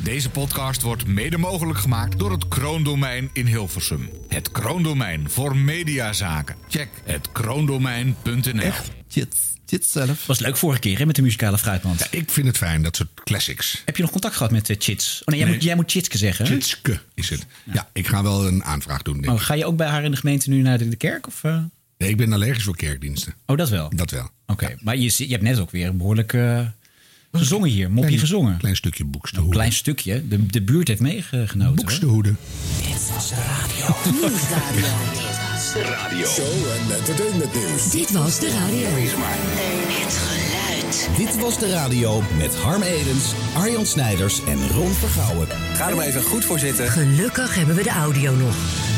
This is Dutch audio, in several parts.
Deze podcast wordt mede mogelijk gemaakt door het Kroondomein in Hilversum. Het Kroondomein voor mediazaken. Check het kroondomein.nl. Echt? Chits zelf. Was leuk vorige keer hè, met de muzikale fruitmand. Ja, ik vind het fijn, dat soort classics. Heb je nog contact gehad met Chits? Oh nee, jij moet Chitske zeggen. Chitske is het. Ja, ik ga wel een aanvraag doen, denk ik. Ga je ook bij haar in de gemeente nu naar de kerk? Of? Nee, ik ben allergisch voor kerkdiensten. Oh, dat wel? Dat wel. Oké, ja. Maar je hebt net ook weer behoorlijk gezongen hier. Mopje gezongen. Klein stukje Boekstehoede. Een klein stukje. De buurt heeft meegenoten. Boekstehoede. Dit was de radio. Nieuwsradio. Dit was de radio. Show en entertainment nieuws. Dit was de radio. Het geluid. Dit was de radio met Harm Edens, Arjan Snijders en Ron Vergouwen. Ga er maar even goed voor zitten. Gelukkig hebben we de audio nog.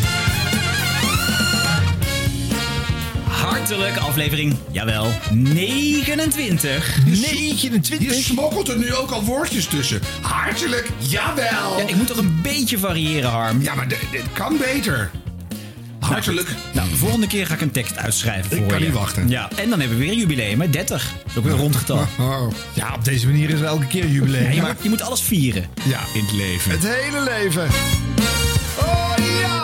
Hartelijk aflevering, jawel, 29. 29? Je smokkelt er nu ook al woordjes tussen. Hartelijk, jawel. Ja, ik moet toch een beetje variëren, Harm. Ja, maar dit kan beter. Hartelijk. Nou, de volgende keer ga ik een tekst uitschrijven voor je. Ik kan niet wachten. Ja, en dan hebben we weer een jubileum, hè? 30. Dat is ook weer een rond getal. Oh. Ja, op deze manier is er elke keer een jubileum. Ja, je moet alles vieren. Ja, in het leven. Het hele leven. Oh ja!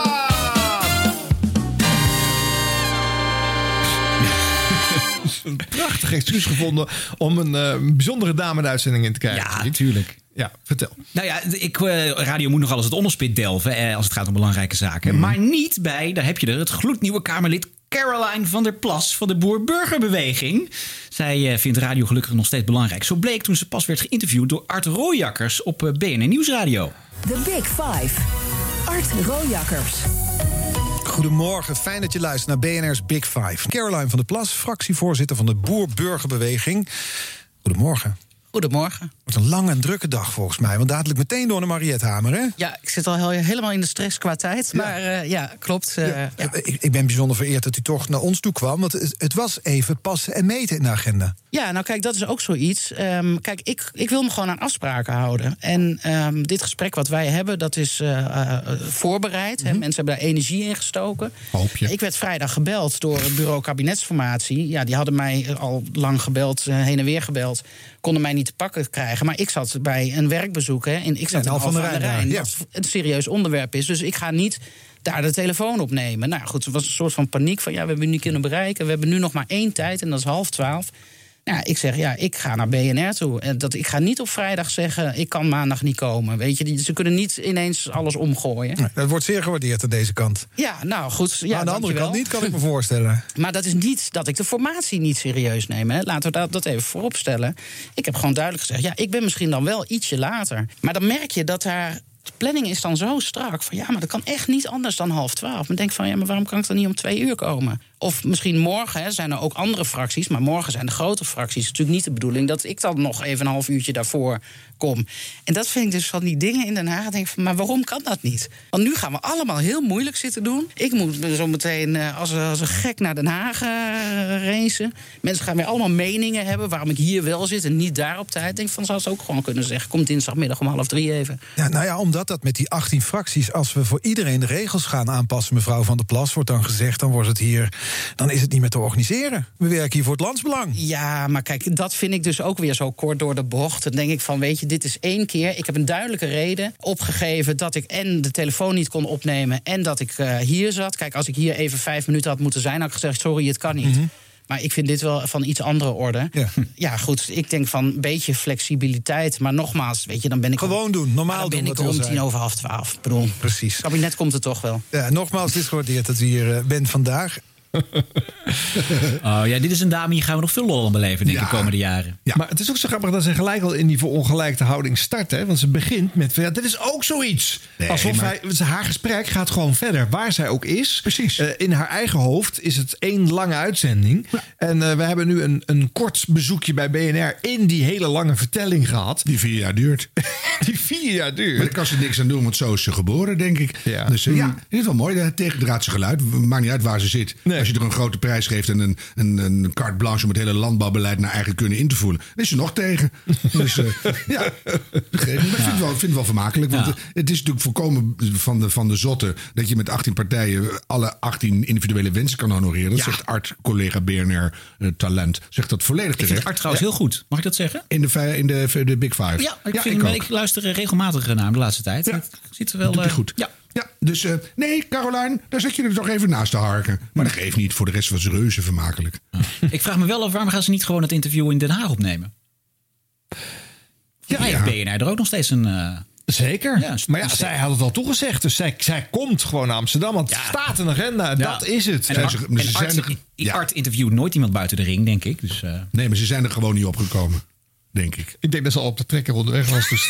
Een prachtig excuus gevonden om een bijzondere dame de uitzending in te krijgen. Ja, natuurlijk. Ja, vertel. Nou ja, radio moet nogal eens het onderspit delven als het gaat om belangrijke zaken. Maar niet bij, daar heb je er, het gloednieuwe Kamerlid Caroline van der Plas van de Boer-Burgerbeweging. Zij vindt radio gelukkig nog steeds belangrijk. Zo bleek toen ze pas werd geïnterviewd door Art Rooijakkers op BNN Nieuwsradio. The Big Five. Art Rooijakkers. Goedemorgen, fijn dat je luistert naar BNR's Big Five. Caroline van der Plas, fractievoorzitter van de Boer-Burgerbeweging. Goedemorgen. Goedemorgen. Het wordt een lange en drukke dag volgens mij. Want dadelijk meteen door naar Mariette Hamer, hè? Ja, ik zit al helemaal in de stress qua tijd. Maar ja, klopt. Ja. Ik ben bijzonder vereerd dat u toch naar ons toe kwam. Want het was even passen en meten in de agenda. Ja, nou kijk, dat is ook zoiets. Kijk, ik wil me gewoon aan afspraken houden. En dit gesprek wat wij hebben, dat is voorbereid. Hè? Mensen hebben daar energie in gestoken. Hoop je. Ik werd vrijdag gebeld door het bureau kabinetsformatie. Ja, die hadden mij al lang gebeld, heen en weer gebeld. Konden mij niet te pakken krijgen. Maar ik zat bij een werkbezoek. Hè, en ik zat in Alphen aan de Rijn. Ja. Wat een serieus onderwerp is. Dus ik ga niet daar de telefoon opnemen. Nou goed, het was een soort van paniek van... ja, we hebben nu kunnen bereiken. We hebben nu nog maar 1 tijd en dat is 11:30. Nou, ik zeg, ja, ik ga naar BNR toe. Ik ga niet op vrijdag zeggen, ik kan maandag niet komen. Weet je, ze kunnen niet ineens alles omgooien. Nee, dat wordt zeer gewaardeerd aan deze kant. Ja, nou goed. Ja, maar aan de andere kant niet, kan ik me voorstellen. Maar dat is niet dat ik de formatie niet serieus neem. Hè. Laten we dat even voorop stellen. Ik heb gewoon duidelijk gezegd, ja, ik ben misschien dan wel ietsje later. Maar dan merk je dat daar... De planning is dan zo strak van ja, maar dat kan echt niet anders dan 11:30. Maar denk van ja, maar waarom kan ik dan niet om 2 uur komen? Of misschien morgen zijn er ook andere fracties, maar morgen zijn de grote fracties. Het is natuurlijk niet de bedoeling dat ik dan nog even een half uurtje daarvoor kom. En dat vind ik dus van die dingen in Den Haag. Denk van, maar waarom kan dat niet? Want nu gaan we allemaal heel moeilijk zitten doen. Ik moet zo meteen als een gek naar Den Haag racen. Mensen gaan weer allemaal meningen hebben waarom ik hier wel zit en niet daar op tijd. Denk van, zou ze ook gewoon kunnen zeggen, kom dinsdagmiddag om 2:30 even. Ja, nou ja, omdat dat met die 18 fracties, als we voor iedereen de regels gaan aanpassen, mevrouw Van der Plas, wordt dan gezegd, dan wordt het hier, dan is het niet meer te organiseren. We werken hier voor het landsbelang. Ja, maar kijk, dat vind ik dus ook weer zo kort door de bocht. Dan denk ik van, weet je, dit is 1 keer. Ik heb een duidelijke reden opgegeven dat ik en de telefoon niet kon opnemen en dat ik hier zat. Kijk, als ik hier even 5 minuten had moeten zijn, had ik gezegd, sorry, het kan niet. Mm-hmm. Maar ik vind dit wel van iets andere orde. Ja, goed, ik denk van een beetje flexibiliteit. Maar nogmaals, weet je, dan ben ik... Gewoon doen, normaal doen. Dan ben ik om 11:10. Bedoel, precies. Het kabinet komt het toch wel. Ja, nogmaals, het is gewaardeerd dat u hier bent vandaag. Oh ja, dit is een dame, hier gaan we nog veel lol aan beleven, denk ik, de komende jaren. Ja. Maar het is ook zo grappig dat ze gelijk al in die verongelijkte houding start. Hè? Want ze begint met, ja, dit is ook zoiets. Nee, alsof haar gesprek gaat gewoon verder, waar zij ook is. Precies. In haar eigen hoofd is het 1 lange uitzending. Ja. En we hebben nu een kort bezoekje bij BNR in die hele lange vertelling gehad. Die 4 jaar duurt. Die 4 jaar duurt. Maar daar kan ze niks aan doen, want zo is ze geboren, denk ik. Ja. Dus ja, dit is wel mooi, het tegendraadse geluid. Maakt niet uit waar ze zit. Nee. als je er een grote prijs geeft en een carte blanche om het hele landbouwbeleid naar eigen kunnen in te voeren, dan is je nog tegen. Dus ja, ik vind het wel vermakelijk. Want het is natuurlijk volkomen van de zotte dat je met 18 partijen alle 18 individuele wensen kan honoreren. Dat zegt Art-collega BNR Talent. Zegt dat volledig terecht. Ik vind Art trouwens heel goed. Mag ik dat zeggen? In de Big Five. Ja, ik luister regelmatig naar hem de laatste tijd. Ja. Ik ziet er wel doet hij goed. Ja, dus nee, Caroline, daar zet je er toch even naast te harken. Maar dat geeft niet. Voor de rest was het reuze vermakelijk. Ik vraag me wel af, waarom gaan ze niet gewoon het interview in Den Haag opnemen? Ja, heeft BNR er ook nog steeds een... Zeker. Ja, maar ja, zij had het al toegezegd. Dus zij komt gewoon naar Amsterdam. Want het staat in de agenda. Dat is het. Art interviewt nooit iemand buiten de ring, denk ik. Dus, Nee, maar ze zijn er gewoon niet opgekomen. Denk ik. Ik denk dat ze al op de trekker onderweg was. Dus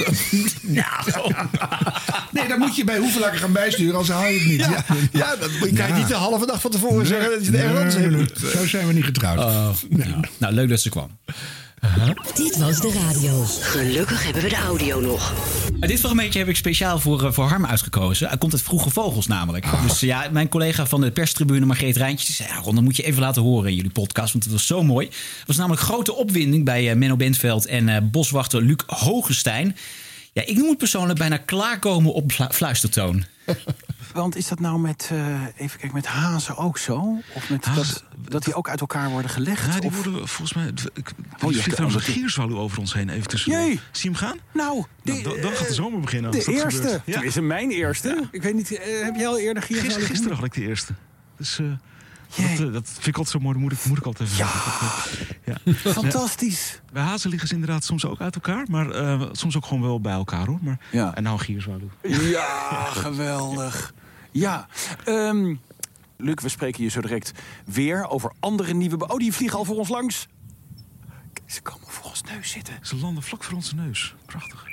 nee, dan moet je bij Hoevelaken gaan bijsturen, anders haal je het niet. Ja, dat kan je niet de halve dag van tevoren zeggen dat je het ergens heen moet. Zo zijn we niet getrouwd. Nou, leuk dat ze kwam. Dit was de radio. Gelukkig hebben we de audio nog. Dit fragmentje heb ik speciaal voor Harm uitgekozen. Hij komt uit Vroege Vogels namelijk. Dus ja, mijn collega van de perstribune, Margreet Rijntjes, die zei: ja, Ron, dat moet je even laten horen in jullie podcast, want het was zo mooi. Het was namelijk grote opwinding bij Menno Bentveld en boswachter Luc Hogestein. Ja, ik noem het persoonlijk bijna klaarkomen op fluistertoon. Want is dat nou met, even kijken, met hazen ook zo? Of met dat die ook uit elkaar worden gelegd? Ja, die worden volgens mij... Er vliegt trouwens een gierzwaluw over ons heen even tussendoor. Zie je hem gaan? Nou, dan gaat de zomer beginnen. De eerste. Ja. Tenminste, mijn eerste. Ja. Ik weet niet, heb jij al eerder gierzwaluw? Gisteren had ik de eerste. Dus... Dat vind ik altijd zo mooi, dat moet ik altijd even Ja, fantastisch. Bij hazen liggen ze inderdaad soms ook uit elkaar, maar soms ook gewoon wel bij elkaar, hoor. Maar, en nou een gierzwaluw. Ja, geweldig. Ja, Luc, we spreken je zo direct weer over andere nieuwe... die vliegen al voor ons langs. Ze komen voor ons neus zitten. Ze landen vlak voor onze neus. Prachtig.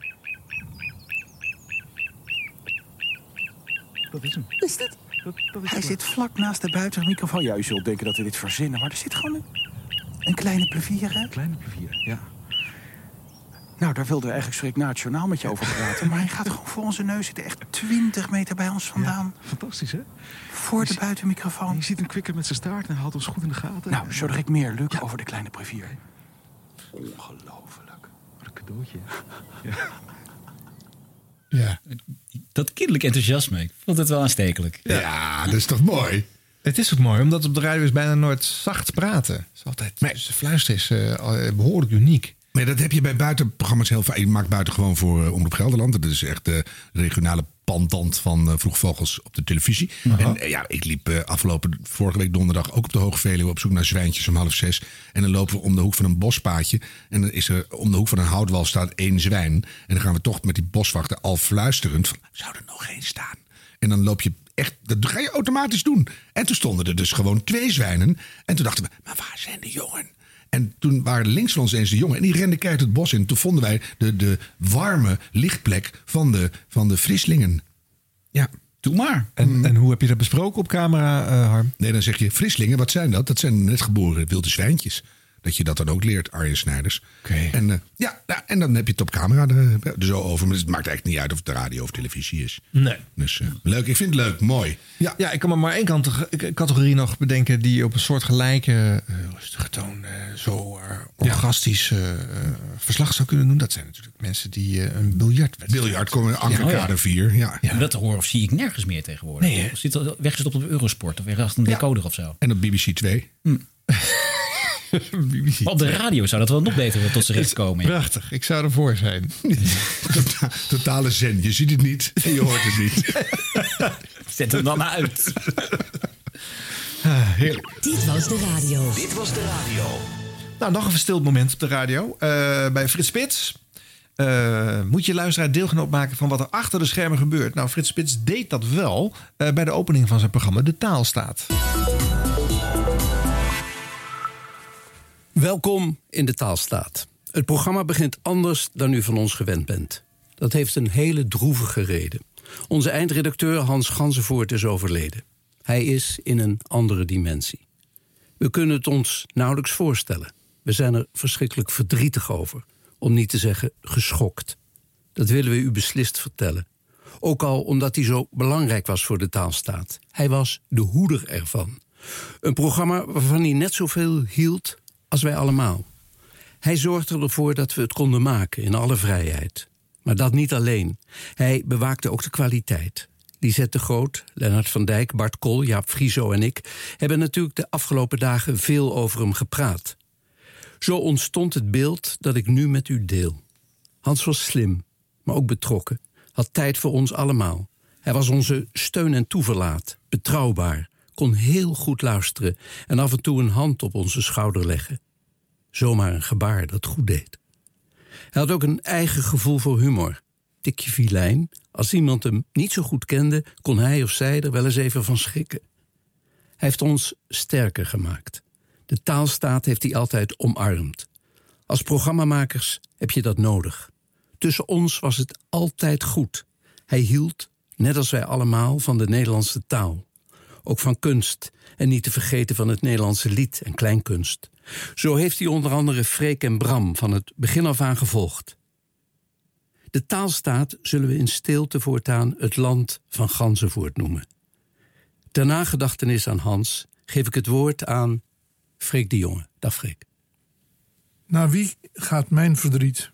Dat is hem. Is dit? Hij zit vlak naast de buitenmicrofoon. Ja, u zult denken dat we dit verzinnen, maar er zit gewoon een kleine plevier, hè? Een kleine plevier, ja. Nou, daar wilden we eigenlijk schrik na het journaal met je over praten. Maar hij gaat gewoon voor onze neus zitten. Echt 20 meter bij ons vandaan. Ja, fantastisch, hè? Voor de buitenmicrofoon. Je ziet hem kwikken met zijn staart en houdt ons goed in de gaten. Nou, zo direct meer, Luc, over de kleine plevier. Ongelooflijk. Wat een cadeautje. Ja. Dat kinderlijk enthousiasme, ik vond het wel aanstekelijk. Ja, dat is toch mooi? Het is ook mooi, omdat op de radio is bijna nooit zacht praten. Het is altijd, dus fluisteren is behoorlijk uniek. Nee, dat heb je bij buitenprogramma's heel vaak. Je maakt buiten gewoon voor Omroep Gelderland. Dat is echt de regionale pandant van Vroege Vogels op de televisie. En ik liep vorige week donderdag ook op de Hoge Veluwe op zoek naar zwijntjes om 5:30. En dan lopen we om de hoek van een bospaadje. En dan is er om de hoek van een houtwal staat 1 zwijn. En dan gaan we toch met die boswachter al fluisterend van, zou er nog één staan? En dan loop je echt, dat ga je automatisch doen. En toen stonden er dus gewoon 2 zwijnen. En toen dachten we, maar waar zijn de jongen? En toen waren links van ons eens de jongen. En die renden keihard het bos in. Toen vonden wij de warme lichtplek van de Frislingen. Ja, doe maar. En hoe heb je dat besproken op camera, Harm? Nee, dan zeg je, Frislingen, wat zijn dat? Dat zijn net geboren wilde zwijntjes. Dat je dat dan ook leert, Arjen Snijders. Okay. En dan heb je het op camera er zo over. Maar het maakt eigenlijk niet uit of het de radio of televisie is. Nee. Dus leuk, ik vind het leuk, mooi. Ja, ik kan maar één categorie nog bedenken die op een soort gelijke rustige toon zo orgastisch verslag zou kunnen doen. Dat zijn natuurlijk mensen die een biljart komen Ankerkade 4. Ja. Dat te horen of zie ik nergens meer tegenwoordig. Nee, of zit er weggestopt op Eurosport of ergens een decoder of zo. En op BBC 2. Op de radio zou dat wel nog beter tot z'n recht komen. Prachtig, ik zou ervoor zijn. Totale zen, je ziet het niet en je hoort het niet. Zet hem dan uit. Heerlijk. Dit was de radio. Nou, nog een verstild moment op de radio. Bij Frits Spits. Moet je luisteraar deelgenoot maken van wat er achter de schermen gebeurt. Nou, Frits Spits deed dat wel bij de opening van zijn programma De Taalstaat. Welkom in De Taalstaat. Het programma begint anders dan u van ons gewend bent. Dat heeft een hele droevige reden. Onze eindredacteur Hans Ganzenvoort is overleden. Hij is in een andere dimensie. We kunnen het ons nauwelijks voorstellen. We zijn er verschrikkelijk verdrietig over. Om niet te zeggen geschokt. Dat willen we u beslist vertellen. Ook al omdat hij zo belangrijk was voor De Taalstaat. Hij was de hoeder ervan. Een programma waarvan hij net zoveel hield als wij allemaal. Hij zorgde ervoor dat we het konden maken in alle vrijheid. Maar dat niet alleen. Hij bewaakte ook de kwaliteit. Lisette de Groot, Lennart van Dijk, Bart Kool, Jaap Frieso en ik hebben natuurlijk de afgelopen dagen veel over hem gepraat. Zo ontstond het beeld dat ik nu met u deel. Hans was slim, maar ook betrokken. Had tijd voor ons allemaal. Hij was onze steun en toeverlaat, betrouwbaar, kon heel goed luisteren en af en toe een hand op onze schouder leggen. Zomaar een gebaar dat goed deed. Hij had ook een eigen gevoel voor humor. Tikje vilijn, als iemand hem niet zo goed kende, kon hij of zij er wel eens even van schrikken. Hij heeft ons sterker gemaakt. De taalstaat heeft hij altijd omarmd. Als programmamakers heb je dat nodig. Tussen ons was het altijd goed. Hij hield, net als wij allemaal, van de Nederlandse taal. Ook van kunst en niet te vergeten van het Nederlandse lied en kleinkunst. Zo heeft hij onder andere Freek en Bram van het begin af aan gevolgd. De taalstaat zullen we in stilte voortaan het land van Ganzenvoort noemen. Ter nagedachtenis aan Hans geef ik het woord aan Freek de Jonge. Dag Freek. Naar wie gaat mijn verdriet?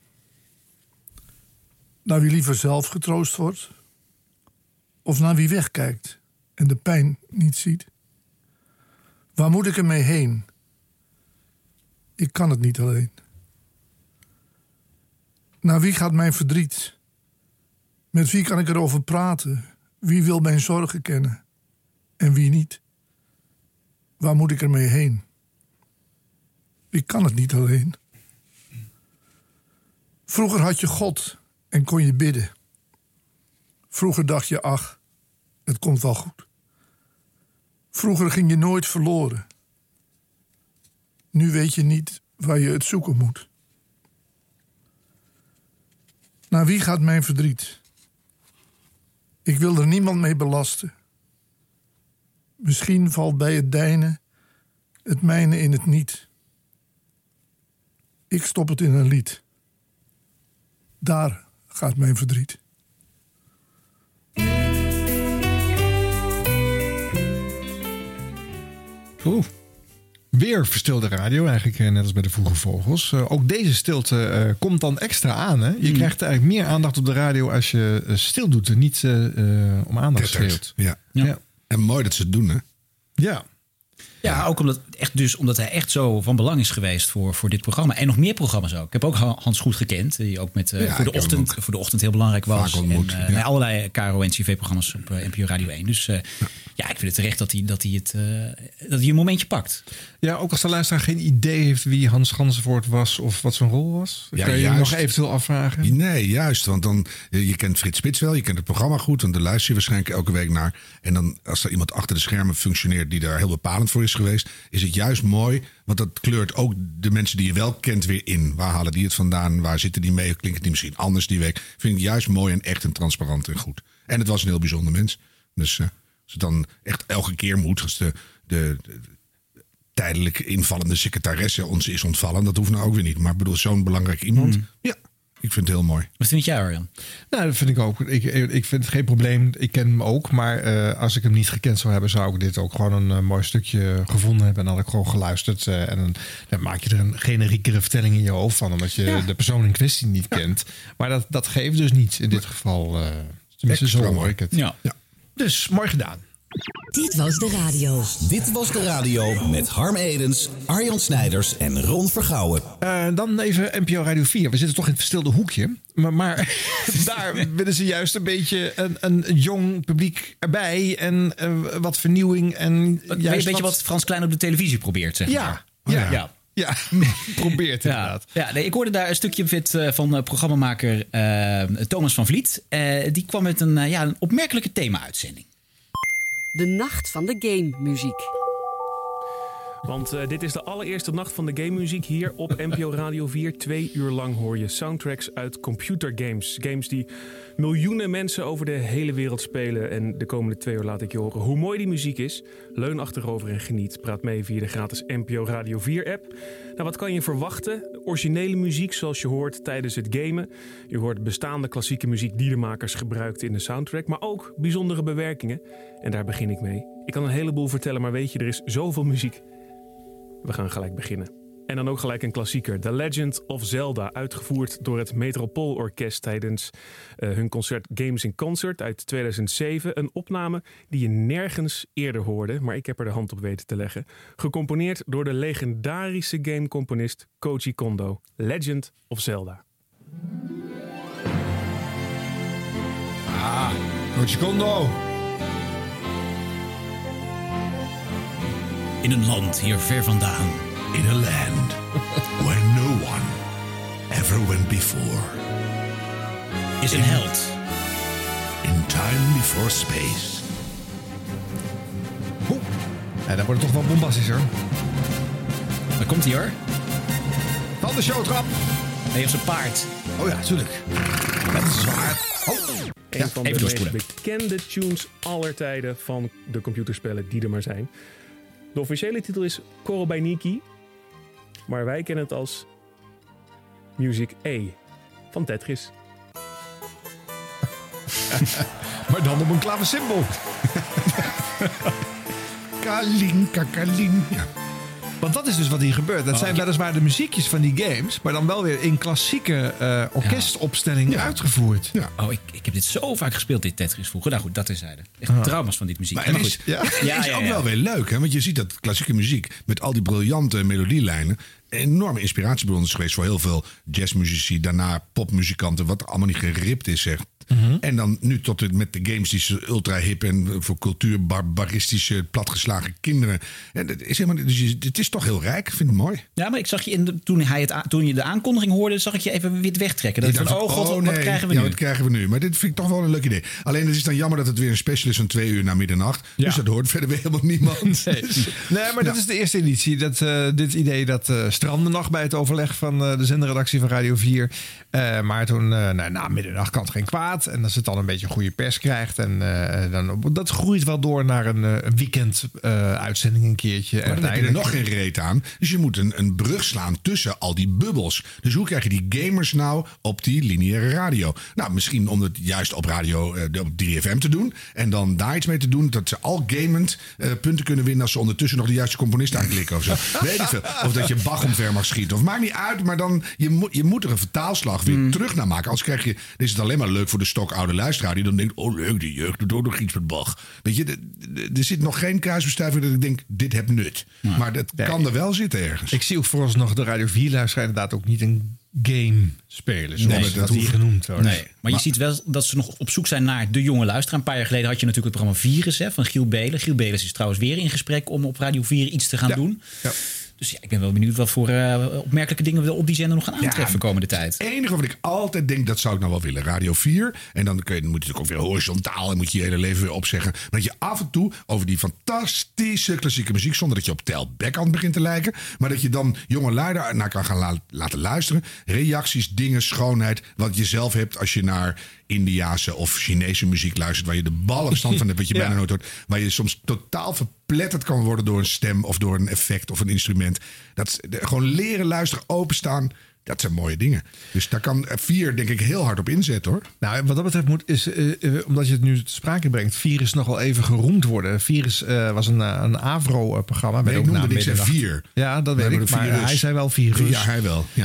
Naar wie liever zelf getroost wordt? Of naar wie wegkijkt en de pijn niet ziet? Waar moet ik ermee heen? Ik kan het niet alleen. Naar wie gaat mijn verdriet? Met wie kan ik erover praten? Wie wil mijn zorgen kennen? En wie niet? Waar moet ik ermee heen? Ik kan het niet alleen. Vroeger had je God en kon je bidden. Vroeger dacht je, ach, het komt wel goed. Vroeger ging je nooit verloren. Nu weet je niet waar je het zoeken moet. Naar wie gaat mijn verdriet? Ik wil er niemand mee belasten. Misschien valt bij het deinen het mijne in het niet. Ik stop het in een lied. Daar gaat mijn verdriet. Oeh. Weer verstilde radio, eigenlijk net als bij de Vroege Vogels. Ook deze stilte komt dan extra aan. Hè? Je krijgt eigenlijk meer aandacht op de radio als je stil doet en niet om aandacht schreeuwt. Ja. En mooi dat ze het doen, hè? Ja. Ja, ook omdat hij echt zo van belang is geweest voor dit programma. En nog meer programma's ook. Ik heb ook Hans goed gekend. Die ook met voor de ochtend heel belangrijk was. En allerlei KRO en CV-programma's op NPO Radio 1. Dus ik vind het terecht dat hij een momentje pakt. Ja, ook als de luisteraar geen idee heeft wie Hans Ganzenvoort was of wat zijn rol was. Dan kan je hem nog eventueel afvragen. Nee, juist. Want dan, je kent Frits Spits wel, je kent het programma goed. En daar luister je waarschijnlijk elke week naar. En dan als er iemand achter de schermen functioneert die daar heel bepalend voor is geweest, is het juist mooi. Want dat kleurt ook de mensen die je wel kent weer in. Waar halen die het vandaan? Waar zitten die mee? Klinkt het die misschien anders die week? Vind ik juist mooi en echt en transparant en goed. En het was een heel bijzonder mens. Dus als het dan echt elke keer moet, als de tijdelijk invallende secretaresse ons is ontvallen, dat hoeft nou ook weer niet. Maar ik bedoel, zo'n belangrijk iemand. Ja, ik vind het heel mooi. Wat vind jij, Arjan? Nou, dat vind ik ook. Ik vind het geen probleem. Ik ken hem ook. Maar als ik hem niet gekend zou hebben, zou ik dit ook gewoon een mooi stukje gevonden hebben. En had ik gewoon geluisterd. En dan maak je er een generiekere vertelling in je hoofd van, omdat je de persoon in kwestie niet kent. Maar dat geeft dus niet in dit geval. Tenminste, zo hoor ik het. Ja. Dus, mooi gedaan. Dit was de radio. Dit was de radio met Harm Edens, Arjan Snijders en Ron Vergouwen. Dan even NPO Radio 4. We zitten toch in het verstilde hoekje. Maar daar willen ze juist een beetje een jong publiek erbij. En wat vernieuwing. En juist een beetje wat Frans Klein op de televisie probeert, zeg maar. Ja, probeert inderdaad. Ja, ik hoorde daar een stukje van programmamaker Thomas van Vliet. Die kwam met een opmerkelijke thema-uitzending. De nacht van de game-muziek. Want dit is de allereerste nacht van de game-muziek hier op NPO Radio 4. 2 uur lang hoor je soundtracks uit computergames. Games die miljoenen mensen over de hele wereld spelen. En de komende 2 uur laat ik je horen hoe mooi die muziek is. Leun achterover en geniet. Praat mee via de gratis NPO Radio 4-app. Nou, wat kan je verwachten? Originele muziek zoals je hoort tijdens het gamen. Je hoort bestaande klassieke muziek die de makers gebruikten in de soundtrack. Maar ook bijzondere bewerkingen. En daar begin ik mee. Ik kan een heleboel vertellen, maar weet je, er is zoveel muziek. We gaan gelijk beginnen. En dan ook gelijk een klassieker. The Legend of Zelda, uitgevoerd door het Metropoolorkest tijdens hun concert Games in Concert uit 2007. Een opname die je nergens eerder hoorde, maar ik heb er de hand op weten te leggen. Gecomponeerd door de legendarische gamecomponist Koji Kondo. Legend of Zelda. Ah, Koji Kondo. In een land hier ver vandaan. In a land where no one ever went before. Is een held. In time before space. Ja, dan wordt het toch wel bombastischer. Daar komt hij hoor. Van de showtrap. Nee, op zijn paard. Oh ja, tuurlijk. Met een zwaard. Een van de meest bekende tunes aller tijden van de computerspellen die er maar zijn. De officiële titel is Korobainiki, maar wij kennen het als Music A van Tetris. Maar dan op een klaversymbol. Kalinka, kalinka. Want dat is dus wat hier gebeurt. Dat zijn weliswaar de muziekjes van die games, maar dan wel weer in klassieke orkestopstelling uitgevoerd. Ja. Oh, ik heb dit zo vaak gespeeld, dit Tetris vroeger. Nou goed, dat terzijde. Echt trauma's van dit muziek. Maar het is ook wel weer leuk, hè? Want je ziet dat klassieke muziek met al die briljante melodielijnen een enorme inspiratiebron is geweest voor heel veel jazzmuzici, daarna popmuzikanten, wat allemaal niet geript is, zeg. En dan nu tot met de games die zijn ultra hip en voor cultuurbarbaristische platgeslagen kinderen. En het is helemaal, dus het is toch heel rijk. Ik vind het mooi. Ja, maar ik zag je toen je de aankondiging hoorde, zag ik je even wit wegtrekken. Dat van, oh god, wat krijgen we nu? Ja, wat krijgen we nu? Maar dit vind ik toch wel een leuk idee. Alleen het is dan jammer dat het weer een special is van 2 uur na middernacht. Ja. Dus dat hoort verder weer helemaal niemand. Nee, maar dat is de eerste editie. Dit idee dat strandde nog bij het overleg van de zenderredactie van Radio 4. Maar toen, na middernacht kan het geen kwaad. En als het dan een beetje goede pers krijgt. En dat groeit wel door naar een weekend uitzending een keertje. Maar dan heb je er nog geen reet aan. Dus je moet een brug slaan tussen al die bubbels. Dus hoe krijg je die gamers nou op die lineaire radio? Nou, misschien om het juist op radio op 3FM te doen. En dan daar iets mee te doen. Dat ze al gamend punten kunnen winnen als ze ondertussen nog de juiste componist aanklikken of zo. Weet ik veel. Of dat je Bach omver mag schieten. Of maakt niet uit, maar dan je moet er een vertaalslag weer terug naar maken. Anders krijg je, is het alleen maar leuk voor de stokoude luisteraar die dan denkt, oh leuk, de jeugd doet ook nog iets met Bach. Weet je, er zit nog geen kruisbestuiving dat ik denk, dit heeft nut. Ja. Maar dat kan er wel zitten ergens. Ik zie ook vooralsnog de Radio 4-luisteraar inderdaad ook niet een game spelen. Zoals dat hier genoemd wordt. Nee, maar je ziet wel dat ze nog op zoek zijn naar de jonge luisteraar. Een paar jaar geleden had je natuurlijk het programma Virus van Giel Beelen. Giel Beelen is trouwens weer in gesprek om op Radio 4 iets te gaan doen. Ja. Dus ja, ik ben wel benieuwd wat voor opmerkelijke dingen we op die zender nog gaan aantreffen komende tijd. Het enige wat ik altijd denk, dat zou ik nou wel willen. Radio 4. En dan moet je natuurlijk ook weer horizontaal en moet je je hele leven weer opzeggen. Maar dat je af en toe over die fantastische klassieke muziek, zonder dat je op Tel Beckhand begint te lijken, maar dat je dan jonge lui naar kan gaan laten luisteren. Reacties, dingen, schoonheid. Wat je zelf hebt als je naar Indiase of Chinese muziek luistert, waar je de ballenstand van hebt, wat je bijna nooit hoort. Waar je soms totaal verpletterd kan worden door een stem of door een effect of een instrument. Gewoon leren luisteren, openstaan. Dat zijn mooie dingen. Dus daar kan 4 denk ik heel hard op inzetten, hoor. Nou, wat dat betreft omdat je het nu te sprake brengt, Virus nog wel even geroemd worden. Virus was een Avro-programma. Nee, ik noemde niks en 4. Ja, dat weet ik. Maar hij zei wel Virus. Ja, hij wel. Ja.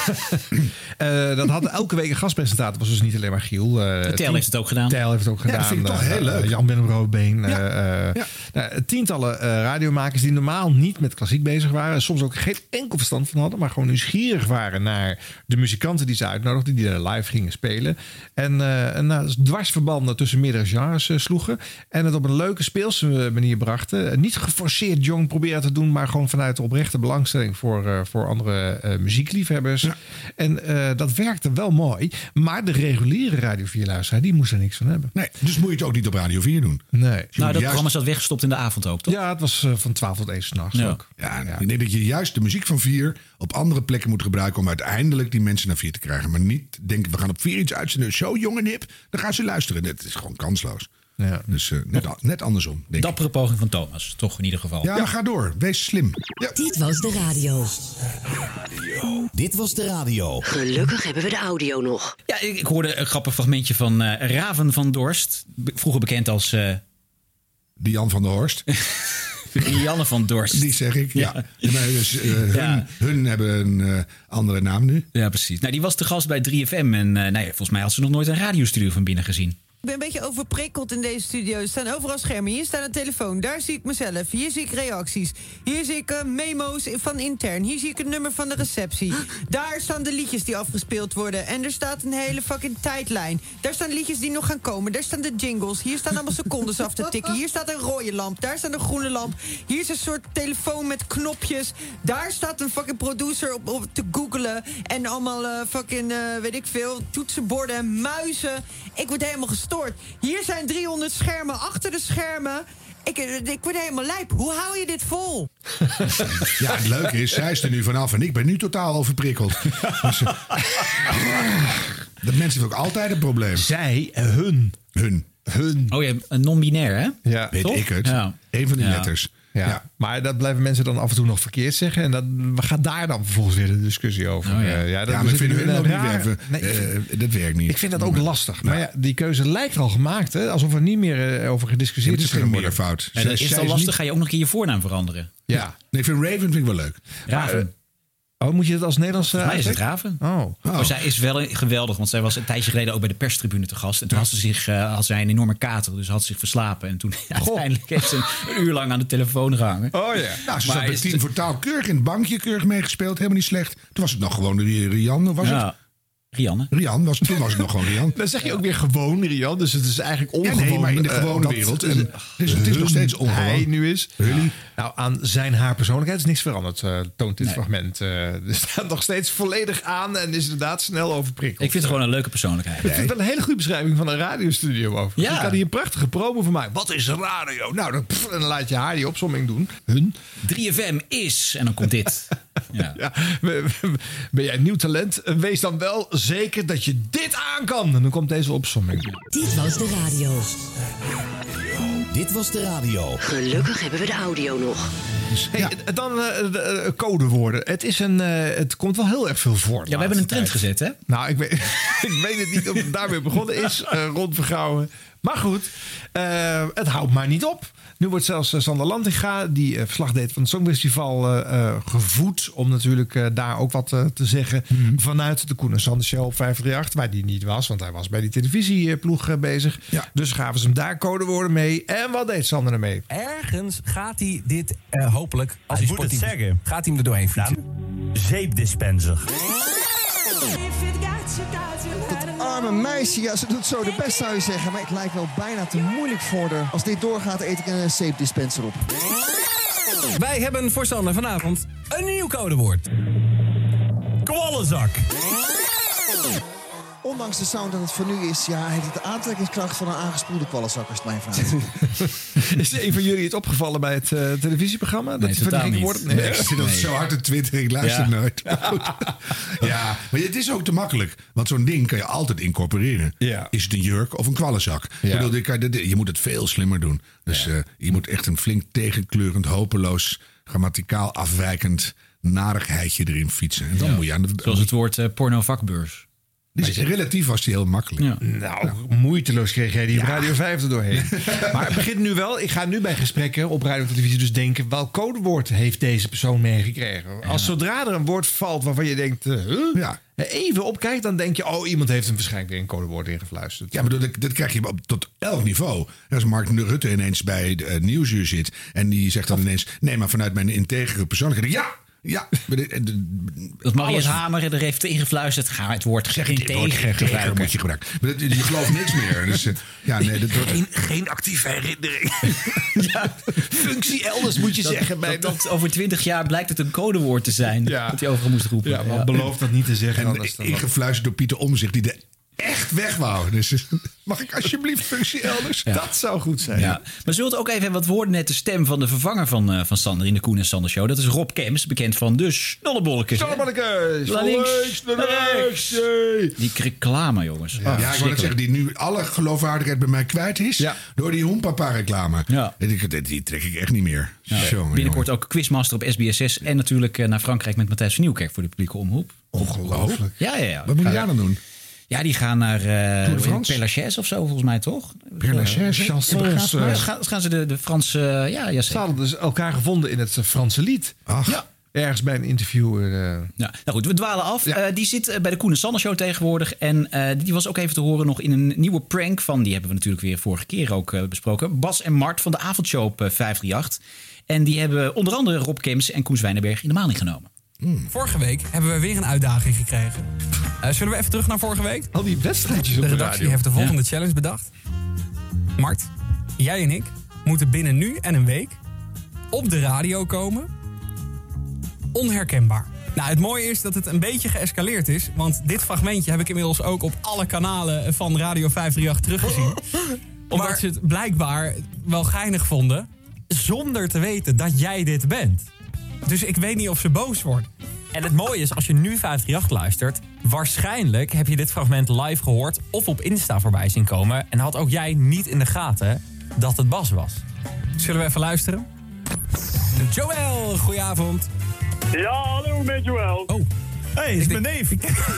Dat had elke week een gastpresentator. Was dus niet alleen maar Giel. Tel heeft het ook gedaan. Tel heeft het ook gedaan. Ja, dat vind ik toch heel leuk. Jan-Willem Roodbeen. Tientallen radiomakers die normaal niet met klassiek bezig waren. Soms ook geen enkel verstand van hadden. Maar gewoon nieuwsgierig waren naar de muzikanten die ze uitnodigden, die daar live gingen spelen. En dwarsverbanden tussen meerdere genres sloegen. En het op een leuke speelse manier brachten. Niet geforceerd jong proberen te doen, maar gewoon vanuit de oprechte belangstelling voor andere muziekliefhebbers. Ja. En dat werkte wel mooi. Maar de reguliere Radio 4-luisteraar, die moest er niks van hebben. Nee, dus moet je het ook niet op Radio 4 doen. Nee. Nou, dat programma zat weggestopt in de avond ook, toch? Ja, het was van 12 tot 1 s'nachts ook. Ja, ik denk dat je juist de muziek van 4 op andere plekken moet gebruiken om uiteindelijk die mensen naar 4 te krijgen. Maar niet denken, we gaan op 4 iets uitzenden, zo jong en hip, dan gaan ze luisteren. Dat is gewoon kansloos. Ja. Dus net andersom. Dappere poging van Thomas, toch in ieder geval. Ja, ga door. Wees slim. Ja. Dit was de radio. Dit was de radio. Gelukkig hebben we de audio nog. Ja, ik hoorde een grappig fragmentje van Raven van Dorst. Vroeger bekend als Die Jan van der Horst. Janne van Dorst. Die zeg ik, ja. Maar dus, hun hebben een andere naam nu. Ja, precies. Nou, die was te gast bij 3FM. En volgens mij had ze nog nooit een radiostudio van binnen gezien. Ik ben een beetje overprikkeld in deze studio. Er staan overal schermen. Hier staat een telefoon. Daar zie ik mezelf. Hier zie ik reacties. Hier zie ik memo's van intern. Hier zie ik het nummer van de receptie. Daar staan de liedjes die afgespeeld worden. En er staat een hele fucking tijdlijn. Daar staan liedjes die nog gaan komen. Daar staan de jingles. Hier staan allemaal secondes af te tikken. Hier staat een rode lamp. Daar staat een groene lamp. Hier is een soort telefoon met knopjes. Daar staat een fucking producer op te googlen. En allemaal weet ik veel, toetsenborden en muizen. Ik word helemaal gestoord. Hier zijn 300 schermen achter de schermen. Ik word helemaal lijp. Hoe hou je dit vol? Ja, het leuke is, zij is er nu vanaf en ik ben nu totaal overprikkeld. Dus, dat mensen hebben ook altijd een probleem. Zij, hun. Oh ja, een non-binair, hè? Ja, weet toch? ik het. Ja. Eén van die letters. Ja, maar dat blijven mensen dan af en toe nog verkeerd zeggen. En dan gaat daar dan vervolgens weer de discussie over. Maar ik vind hun ook niet werken. Dat werkt niet. Ik vind dat ook lastig. Maar die keuze lijkt al gemaakt. Hè? Alsof er niet meer over gediscussieerd is. Het is geen meervoud. En is het al lastig? Ga je ook nog een keer je voornaam veranderen? Ja. Nee, ik vind Raven wel leuk. Raven. Moet je het als Nederlands... Volgens mij is het Raven. Maar zij is wel geweldig, want zij was een tijdje geleden ook bij de perstribune te gast. En toen had zij een enorme kater, dus had zich verslapen. En toen uiteindelijk heeft ze een uur lang aan de telefoon gehangen. Oh ja. Nou, ze zat bij 10 voor taal keurig in het bankje, keurig meegespeeld. Helemaal niet slecht. Toen was het nog gewoon Rian, was het? Rianne. Toen was het nog gewoon Rian. Dan zeg je ook weer gewoon Rian, dus het is eigenlijk ongewoon. Ja, nee, maar in de gewone wereld. Het is nog steeds ongewoon. Hij nu is. Nou, aan zijn haar persoonlijkheid is niks veranderd, toont dit fragment. Er staat nog steeds volledig aan en is inderdaad snel overprikkeld. Ik vind het gewoon een leuke persoonlijkheid. Ik vind het wel een hele goede beschrijving van een radiostudio over. Ja. Je kan hier een prachtige promo van mij. Wat is radio? Nou, dan laat je haar die opsomming doen. Hun. 3FM is, en dan komt dit. Ja. Ben jij nieuw talent? Wees dan wel zeker dat je dit aan kan. En dan komt deze opsomming. Dit was de radio. Dit was de radio. Gelukkig hebben we de audio nog. Dan codewoorden. Het komt wel heel erg veel voor. Ja, we hebben een trend gezet, hè? Nou, ik weet het niet of het daarmee begonnen is. Rond Vergouwen. Maar goed, het houdt maar niet op. Nu wordt zelfs Sander Lantinga, die verslag deed van het Songfestival, gevoed om natuurlijk daar ook wat te zeggen. Vanuit de Koen en Sander Show op 538, waar die niet was, want hij was bij die televisieploeg bezig. Ja. Dus gaven ze hem daar codewoorden mee. En wat deed Sander ermee? Ergens gaat hij dit hopelijk, als hij sportief zeggen, gaat hij hem er doorheen fietsen. Zeepdispenser. Dat arme meisje, ja, ze doet zo de best zou je zeggen. Maar het lijkt wel bijna te moeilijk voor haar. Als dit doorgaat, eet ik een zeepdispenser op. Wij hebben voor Sander vanavond een nieuw codewoord. Kwallenzak. Ondanks de sound dat het voor nu is, ja, heeft het de aantrekkingskracht van een aangespoelde kwallenzak, als het mij vraagt. Is een van jullie het opgevallen bij het televisieprogramma? Nee, totaal niet. Nee, ik zit zo hard te twitteren, ik luister nooit. Ja, maar het is ook te makkelijk. Want zo'n ding kan je altijd incorporeren. Ja. Is het een jurk of een kwallenzak? Ja. Ik bedoel, je moet het veel slimmer doen. Dus je moet echt een flink tegenkleurend, hopeloos, grammaticaal afwijkend narigheidje erin fietsen. En dan moet je aan de... Zoals het woord pornovakbeurs. Dus relatief was die heel makkelijk. Ja. Nou, moeiteloos kreeg jij die op Radio 5 er doorheen. Maar het begint nu wel. Ik ga nu bij gesprekken op radio en televisie dus denken, welk codewoord heeft deze persoon meegekregen? Als zodra er een woord valt waarvan je denkt, even opkijkt, dan denk je, oh, iemand heeft hem waarschijnlijk weer een codewoord ingefluisterd. Ja, maar dat krijg je tot elk niveau. Als Mark Rutte ineens bij Nieuwsuur zit en die zegt dan ineens, nee, maar vanuit mijn integere persoonlijkheid, ja, dat Marius Hamer er heeft ingefluisterd. Ga het woord tegen gebruiken. Moet je gebruiken. Je gelooft niks meer. Dus, geen actieve herinnering. Functie elders moet je zeggen. Dat over 20 jaar blijkt het een codewoord te zijn. Dat hij over moest roepen. Ja, maar beloof dat niet te zeggen. En ingefluisterd door Pieter Omtzigt, die echt weg wou. Dus mag ik alsjeblieft functie elders? Ja. Dat zou goed zijn. Ja. Maar zullen we het ook even hebben, wat woorden net de stem van de vervanger van Sander in de Koen en Sander Show. Dat is Rob Kemps, bekend van de Snollebolletjes. Snollebolletjes. Van links naar rechts. Die reclame, jongens. Ja, ik wou net zeggen, die nu alle geloofwaardigheid bij mij kwijt is. Door die Hoempapa reclame. Ja. Die trek ik echt niet meer. Ja. Binnenkort ook Quizmaster op SBS6. En natuurlijk naar Frankrijk met Matthijs van Nieuwkerk voor de publieke omroep. Ongelooflijk. Ja. Wat moet je daar dan doen? Ja, die gaan naar Père Lachaise of zo, volgens mij, toch? Père Lachaise, gaan ze de Franse... Ze hadden dus elkaar gevonden in het Franse lied. Ach. Ja. Ergens bij een interview. Ja. Nou goed, we dwalen af. Ja. Die zit bij de Koen en Sander Show tegenwoordig. En die was ook even te horen nog in een nieuwe prank van... die hebben we natuurlijk weer vorige keer ook besproken. Bas en Mart van de avondshow op 538. En die hebben onder andere Rob Kemps en Koen Zwijnenberg in de maling genomen. Vorige week hebben we weer een uitdaging gekregen. Zullen we even terug naar vorige week? Al die wedstrijdjes op de redactie radio. heeft de volgende challenge bedacht. Mart, jij en ik moeten binnen nu en een week op de radio komen. Onherkenbaar. Nou, het mooie is dat het een beetje geëscaleerd is. Want dit fragmentje heb ik inmiddels ook op alle kanalen van Radio 538 teruggezien. Omdat ze het blijkbaar wel geinig vonden. Zonder te weten dat jij dit bent. Dus ik weet niet of ze boos worden. En het mooie is, als je nu 538 luistert... waarschijnlijk heb je dit fragment live gehoord... of op Insta voorbij zien komen... en had ook jij niet in de gaten dat het Bas was. Zullen we even luisteren? Joël, goedenavond. Ja, hallo met Joël. Oh. Hey, is mijn neef.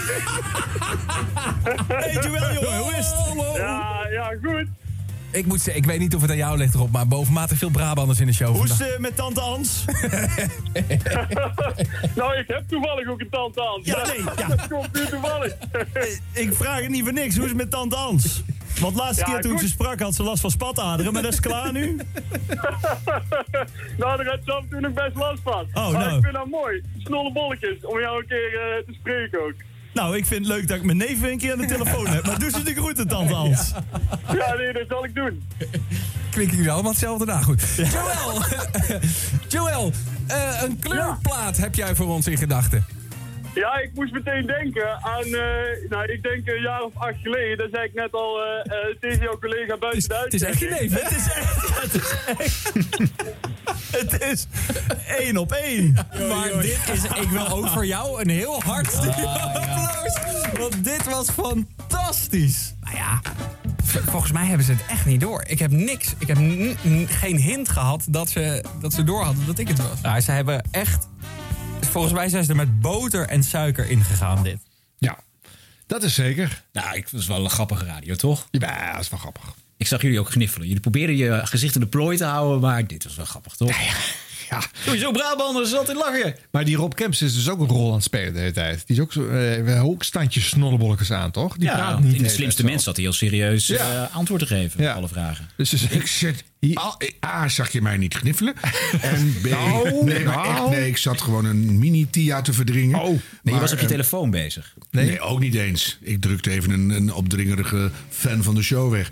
Hey Joël, jongen, hoe is het? Ja, goed. Ik moet zeggen, ik weet niet of het aan jou ligt erop... maar bovenmatig veel Brabanders in de show. Hoe is het met tante Ans? Nou, ik heb toevallig ook een tante Ans. Ja, nee. Ja. Dat komt nu toevallig. Ik vraag het niet voor niks. Hoe is het met tante Ans? Want laatste keer toen ze sprak had ze last van spataderen, maar dat is klaar nu? Nou, daar had ze af en toe nog best last van. Oh, maar nou. ik vind dat mooi. Snolle bolletjes, om jou een keer te spreken ook. Nou, ik vind het leuk dat ik mijn neef een keer aan de telefoon heb. Maar doe ze de groeten, tante Ans. Ja, nee, dat zal ik doen. Klinken jullie allemaal hetzelfde na. Goed. Joël, een kleurplaat heb jij voor ons in gedachten. Ja, ik moest meteen denken aan, ik denk een jaar of 8 geleden. Dat zei ik net al tegen jouw collega buiten de Het is echt je neef, hè? Het is 1 op 1. Maar dit is, ik wil ook voor jou een heel hard applaus. Want dit was fantastisch. Nou ja, volgens mij hebben ze het echt niet door. Ik heb niks. Ik heb geen hint gehad dat ze door hadden dat ik het was. Nou, ze hebben echt... Volgens mij zijn ze er met boter en suiker ingegaan, dit. Ja, dat is zeker. Nou, dat is wel een grappige radio, toch? Ja, dat is wel grappig. Ik zag jullie ook gniffelen. Jullie probeerden je gezicht in de plooi te houden, maar dit was wel grappig, toch? Ja. Sowieso Brabanders, altijd lachen. Maar die Rob Kemps is dus ook een rol aan het spelen de hele tijd. Die is ook zo, ook standjes snollebolletjes aan, toch? Die praat niet in de slimste mens zat hij heel serieus antwoord te geven op alle vragen. Dus ik zit hier... A, zag je mij niet gniffelen. En B, ik zat gewoon een mini-Tia te verdringen. Nee, je was op je telefoon bezig. Nee, ook niet eens. Ik drukte even een opdringerige fan van de show weg.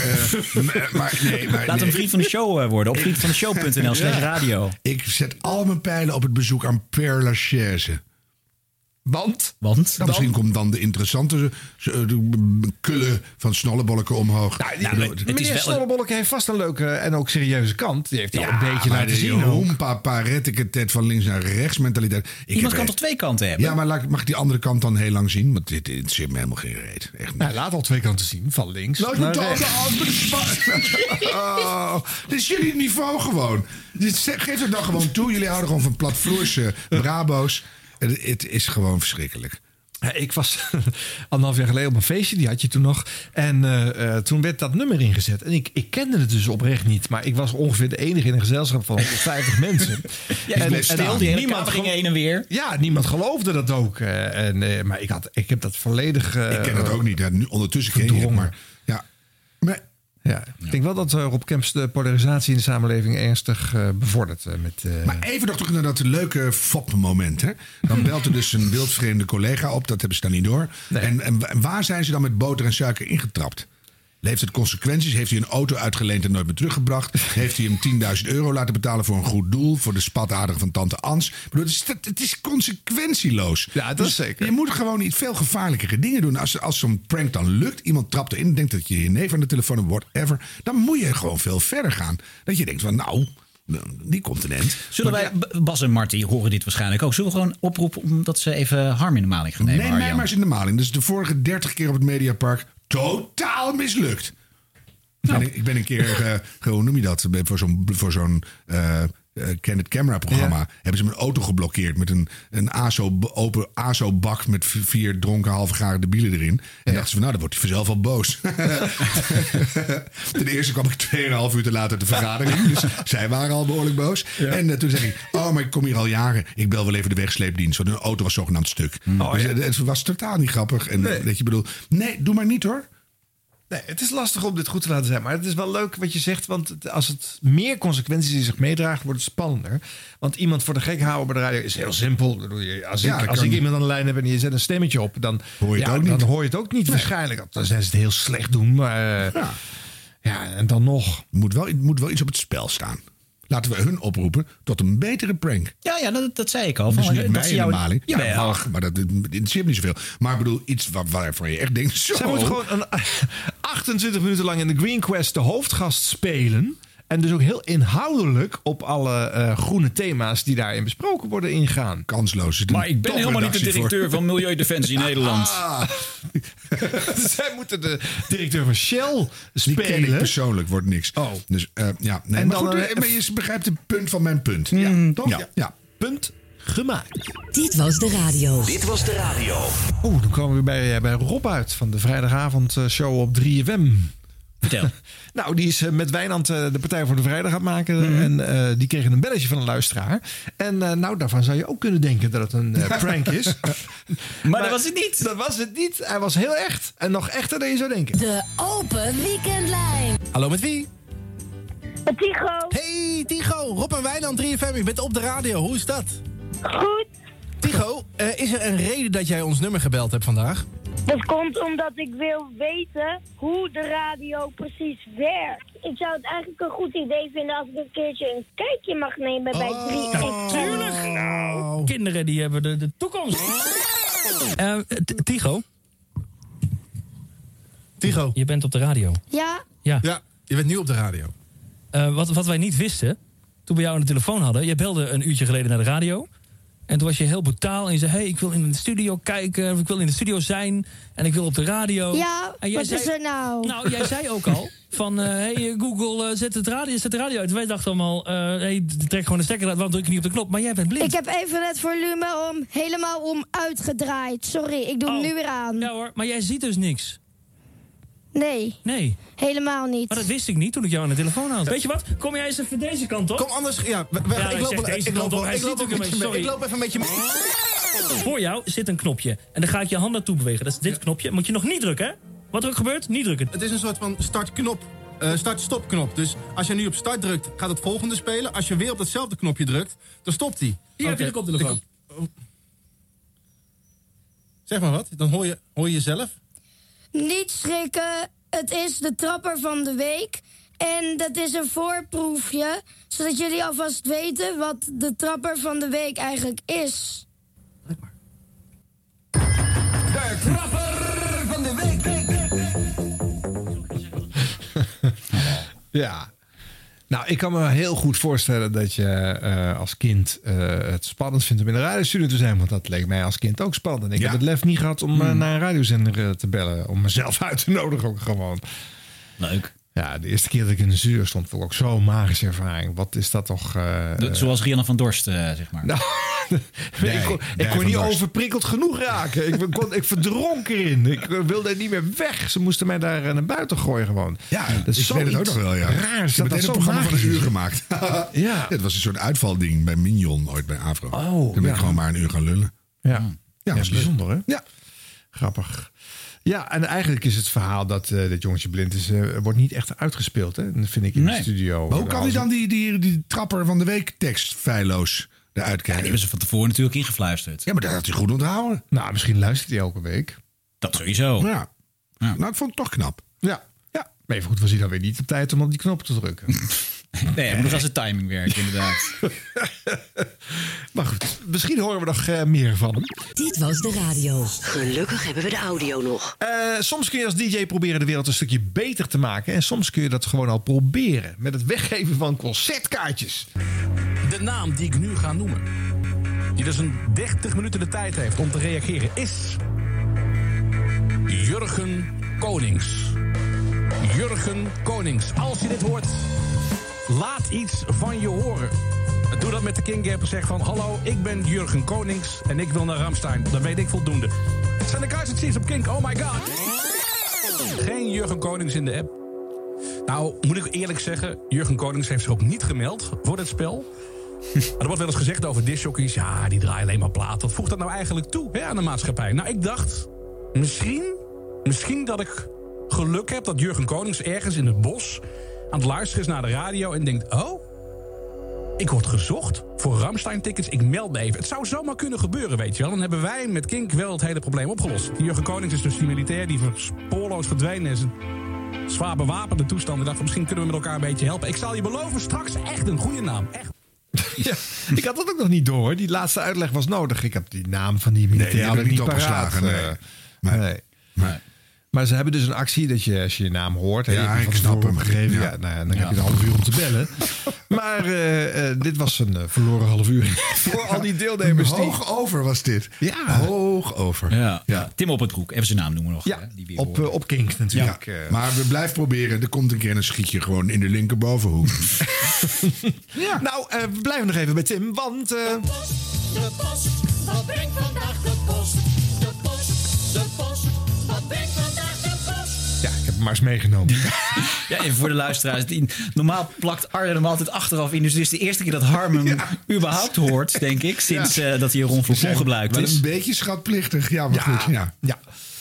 Laat hem vriend van de show worden. Op vriendvandeshow.nl/radio. Ik zet al mijn pijlen op het bezoek aan Père Lachaise. Want? Nou, misschien komt dan de interessante kullen van Snollebolleke omhoog. Meneer Snollebolleke heeft vast een leuke en ook serieuze kant. Die heeft hij al een beetje laten zien. Hoempa, rettiketet van links naar rechts mentaliteit. Iemand kan toch 2 kanten hebben? Ja, maar mag ik die andere kant dan heel lang zien? Want dit zit me helemaal geen reet. Echt niet. Nou, laat al 2 kanten zien. Van links naar rechts. Dit is jullie niveau gewoon. Geef het dan gewoon toe. Jullie houden gewoon van platvloerse Brabo's. Het is gewoon verschrikkelijk. Ik was 1,5 jaar geleden op een feestje, die had je toen nog. En toen werd dat nummer ingezet. En ik kende het dus oprecht niet. Maar ik was ongeveer de enige in een gezelschap van 150 mensen. En niemand ging heen en weer. Ja, niemand geloofde dat ook. Maar ik heb dat volledig... ik ken het ook niet. Ja, nu, ondertussen ken je het, maar... Ja. Ja, ik denk wel dat Rob Kemps de polarisatie in de samenleving ernstig bevordert. Maar even nog naar dat leuke fop-moment. Hè? Dan belt er dus een wildvreemde collega op. Dat hebben ze dan niet door. Nee. En waar zijn ze dan met boter en suiker ingetrapt? Heeft het consequenties? Heeft hij een auto uitgeleend en nooit meer teruggebracht? Heeft hij hem €10.000 laten betalen voor een goed doel? Voor de spataderen van tante Ans? Ik bedoel, het is consequentieloos. Ja, dat is zeker. Je moet gewoon niet veel gevaarlijkere dingen doen. Als zo'n prank dan lukt, iemand trapt erin, denkt dat je je neef aan de telefoon hebt, whatever. Dan moet je gewoon veel verder gaan. Dat je denkt van, nou, die komt een eind. Zullen wij, Bas en Marty horen dit waarschijnlijk ook. Zullen we gewoon oproepen omdat ze even Harm in de maling gaan nemen? Nee, mij maar eens in de maling. Dus de vorige 30 keer op het Mediapark totaal mislukt. Nou. Ik ben een keer, hoe noem je dat? Voor zo'n Candid Camera programma... hebben ze mijn auto geblokkeerd met een open ASO-bak... met 4 dronken halfgare debielen erin. En dachten ze van, dan wordt hij vanzelf al boos. Ten eerste kwam ik 2,5 uur te laat uit de vergadering. Dus zij waren al behoorlijk boos. Ja. En toen zei ik, maar ik kom hier al jaren. Ik bel wel even de wegsleepdienst. Want hun auto was zogenaamd stuk. Dus het was totaal niet grappig. En dat je bedoelt, nee, doe maar niet hoor. Nee, het is lastig om dit goed te laten zijn. Maar het is wel leuk wat je zegt. Want als het meer consequenties in zich meedraagt, wordt het spannender. Want iemand voor de gek houden bij de radio is heel simpel. Als ik iemand aan de lijn heb en je zet een stemmetje op... dan hoor je het ook niet waarschijnlijk. Dan zijn ze het heel slecht doen. Maar en dan nog. Moet wel iets op het spel staan. Laten we hun oproepen tot een betere prank. Ja, dat zei ik al. Dus niet mij in de maling. Ja, maar dat interesseert me niet zoveel. Maar ik bedoel, iets waarvan je echt denkt... Zo. Zij moet gewoon 28 minuten lang in de Green Quest de hoofdgast spelen... En dus ook heel inhoudelijk op alle groene thema's die daarin besproken worden ingaan. Kansloos. Maar ik ben helemaal niet de directeur van Milieudefensie Nederland. Zij moeten de directeur van Shell spelen. Die ken ik persoonlijk, wordt niks. Dus nee. En maar, maar je begrijpt het punt van mijn punt. Toch? Ja. Punt gemaakt. Dit was de radio. Dan komen we bij Rob uit van de vrijdagavondshow op 3FM. Vertel. Nou, die is met Wijnand de Partij voor de Vrijdag aan het maken. En die kregen een belletje van een luisteraar. En daarvan zou je ook kunnen denken dat het een prank is. maar dat was het niet. Dat was het niet. Hij was heel echt. En nog echter dan je zou denken. De open weekendlijn. Hallo, met wie? Met Tycho. Hey Tycho, Rob en Wijnand 3FM. Je bent op de radio. Hoe is dat? Goed. Tycho, is er een reden dat jij ons nummer gebeld hebt vandaag? Dat komt omdat ik wil weten hoe de radio precies werkt. Ik zou het eigenlijk een goed idee vinden als ik een keertje een kijkje mag nemen bij 3FM. Tuurlijk! Nou, kinderen die hebben de toekomst. Tycho? Tycho? Je bent op de radio. Ja? Ja, je bent nu op de radio. Wat wij niet wisten, toen we jou aan de telefoon hadden... jij belde een uurtje geleden naar de radio... En toen was je heel brutaal en je zei... hey, ik wil in de studio kijken, of ik wil in de studio zijn... en ik wil op de radio. Ja, en jij wat is er nou? Nou, jij zei ook al van... hey, Google, zet de radio uit. Wij dachten allemaal, hey, trek gewoon de stekker uit... waarom druk je niet op de knop? Maar jij bent blind. Ik heb even het volume helemaal uitgedraaid. Sorry, ik doe hem nu weer aan. Ja hoor, maar jij ziet dus niks. Nee, helemaal niet. Maar dat wist ik niet toen ik jou aan de telefoon had. Weet je wat? Kom jij eens even deze kant op? Kom anders, ik loop even een beetje... Voor jou zit een knopje. En dan ga ik je hand naartoe bewegen. Dat is dit knopje. Moet je nog niet drukken, hè? Wat er ook gebeurt, niet drukken. Het is een soort van start-stop-knop. Dus als je nu op start drukt, gaat het volgende spelen. Als je weer op datzelfde knopje drukt, dan stopt hij. Hier heb je de koptelefoon. Zeg maar wat, dan hoor je jezelf. Niet schrikken, het is de trapper van de week. En dat is een voorproefje, zodat jullie alvast weten wat de trapper van de week eigenlijk is. De trapper van de week. Ja. Nou, ik kan me heel goed voorstellen dat je als kind het spannend vindt om in de radiostudio te zijn. Want dat leek mij als kind ook spannend. En ik heb het lef niet gehad om naar een radiozender te bellen. Om mezelf uit te nodigen ook gewoon. Leuk. Ja, de eerste keer dat ik in de studio stond, vond ik ook zo'n magische ervaring. Wat is dat toch... Zoals Rianne van Dorst, zeg maar. Nou, ik kon niet overprikkeld genoeg raken. Ik verdronk erin. Ik wilde niet meer weg. Ze moesten mij daar naar buiten gooien gewoon. Ja, dat is ik weet het ook nog wel, ja. Raar. Ik heb een programma van een uur gemaakt. Ja. Het was een soort uitvalding bij Mignon, ooit bij Avro. Toen ben ik gewoon maar een uur gaan lullen. Ja, dat is bijzonder, hè? Ja. Grappig. Ja, en eigenlijk is het verhaal dat dat jongetje blind is... wordt niet echt uitgespeeld, hè? Dat vind ik in de studio. Maar hoe kan hij dan die trapper van de week tekst feilloos eruit krijgen? Die hebben ze van tevoren natuurlijk ingefluisterd. Ja, maar dat had hij goed onthouden. Nou, misschien luistert hij elke week. Dat sowieso. Ja. Nou, ik vond het toch knap. Ja. Maar even goed was hij dan weer niet op tijd om op die knop te drukken. Nee, moet nog als het timing werkt, inderdaad. Maar goed, misschien horen we nog meer van hem. Dit was de radio. Gelukkig hebben we de audio nog. Soms kun je als DJ proberen de wereld een stukje beter te maken. En soms kun je dat gewoon al proberen. Met het weggeven van concertkaartjes. De naam die ik nu ga noemen, die dus een 30 minuten de tijd heeft om te reageren, is Jurgen Konings. Jurgen Konings. Als je dit hoort, laat iets van je horen. Doe dat met de King Gap en zeg van... Hallo, ik ben Jurgen Konings en ik wil naar Rammstein. Dan weet ik voldoende. Het zijn de Kaiser Chiefs op Kink, oh my god. Geen Jurgen Konings in de app. Nou, moet ik eerlijk zeggen... Jurgen Konings heeft zich ook niet gemeld voor dit spel. Er wordt wel eens gezegd over discjockeys... ja, die draaien alleen maar platen. Wat voegt dat nou eigenlijk toe aan de maatschappij? Nou, ik dacht... Misschien dat ik geluk heb dat Jurgen Konings ergens in het bos... aan het luisteren is naar de radio en denkt... oh, ik word gezocht voor Rammstein-tickets. Ik meld me even. Het zou zomaar kunnen gebeuren, weet je wel. Dan hebben wij met Kink wel het hele probleem opgelost. Die Jurgen Konings is dus die militair die spoorloos verdwenen is... zwaar bewapende toestand. Ik dacht, misschien kunnen we met elkaar een beetje helpen. Ik zal je beloven, straks echt een goede naam. Echt. Ja, ik had dat ook nog niet door, hoor. Die laatste uitleg was nodig. Ik heb die naam van die militair niet opgeslagen. Nee. Maar ze hebben dus een actie dat je, als je je naam hoort... Ja, ik snap hem. Gegeven, ja. Nou, dan heb je een half uur om te bellen. Maar dit was een verloren half uur. Voor al die deelnemers. Hoog over was dit. Ja. Hoog over. Ja. Tim op het Broek, even zijn naam noemen nog. Ja, op Kink natuurlijk. Ja. Maar we blijven proberen. Er komt een keer een schietje gewoon in de linkerbovenhoek. Ja. Nou, we blijven nog even bij Tim, want... De post, wat brengt vandaag de post? De post, wat brengt vandaag de post? Ja, ik heb hem maar eens meegenomen. Ja, even voor de luisteraars. Normaal plakt Arjen hem altijd achteraf in. Dus dit is de eerste keer dat Harm hem überhaupt hoort, denk ik. Sinds dat hij Ron Verpon gebruikt is. Wel een beetje schatplichtig. Ja, maar goed. Ja.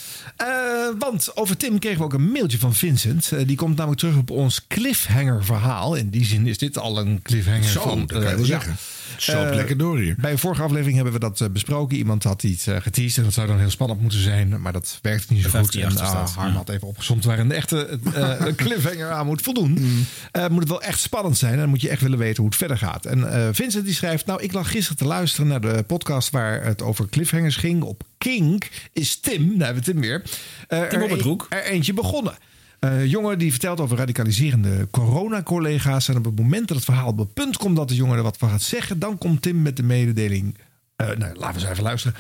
Want over Tim kregen we ook een mailtje van Vincent. Die komt namelijk terug op ons cliffhanger verhaal. In die zin is dit al een cliffhanger. Zo, dat kan je wel zeggen. Zo lekker door hier. Bij een vorige aflevering hebben we dat besproken. Iemand had iets geteased en dat zou dan heel spannend moeten zijn. Maar dat werkt niet zo goed. En Harm had even opgezomd waar een echte cliffhanger aan moet voldoen. Moet het wel echt spannend zijn. En dan moet je echt willen weten hoe het verder gaat. En Vincent die schrijft... Nou, ik lag gisteren te luisteren naar de podcast waar het over cliffhangers ging. Op Kink is Tim, daar hebben we Tim weer. Tim op het Broek. Er eentje begonnen. Jongen die vertelt over radicaliserende corona-collega's. En op het moment dat het verhaal op het punt komt dat de jongen er wat van gaat zeggen... dan komt Tim met de mededeling. Laten we eens even luisteren.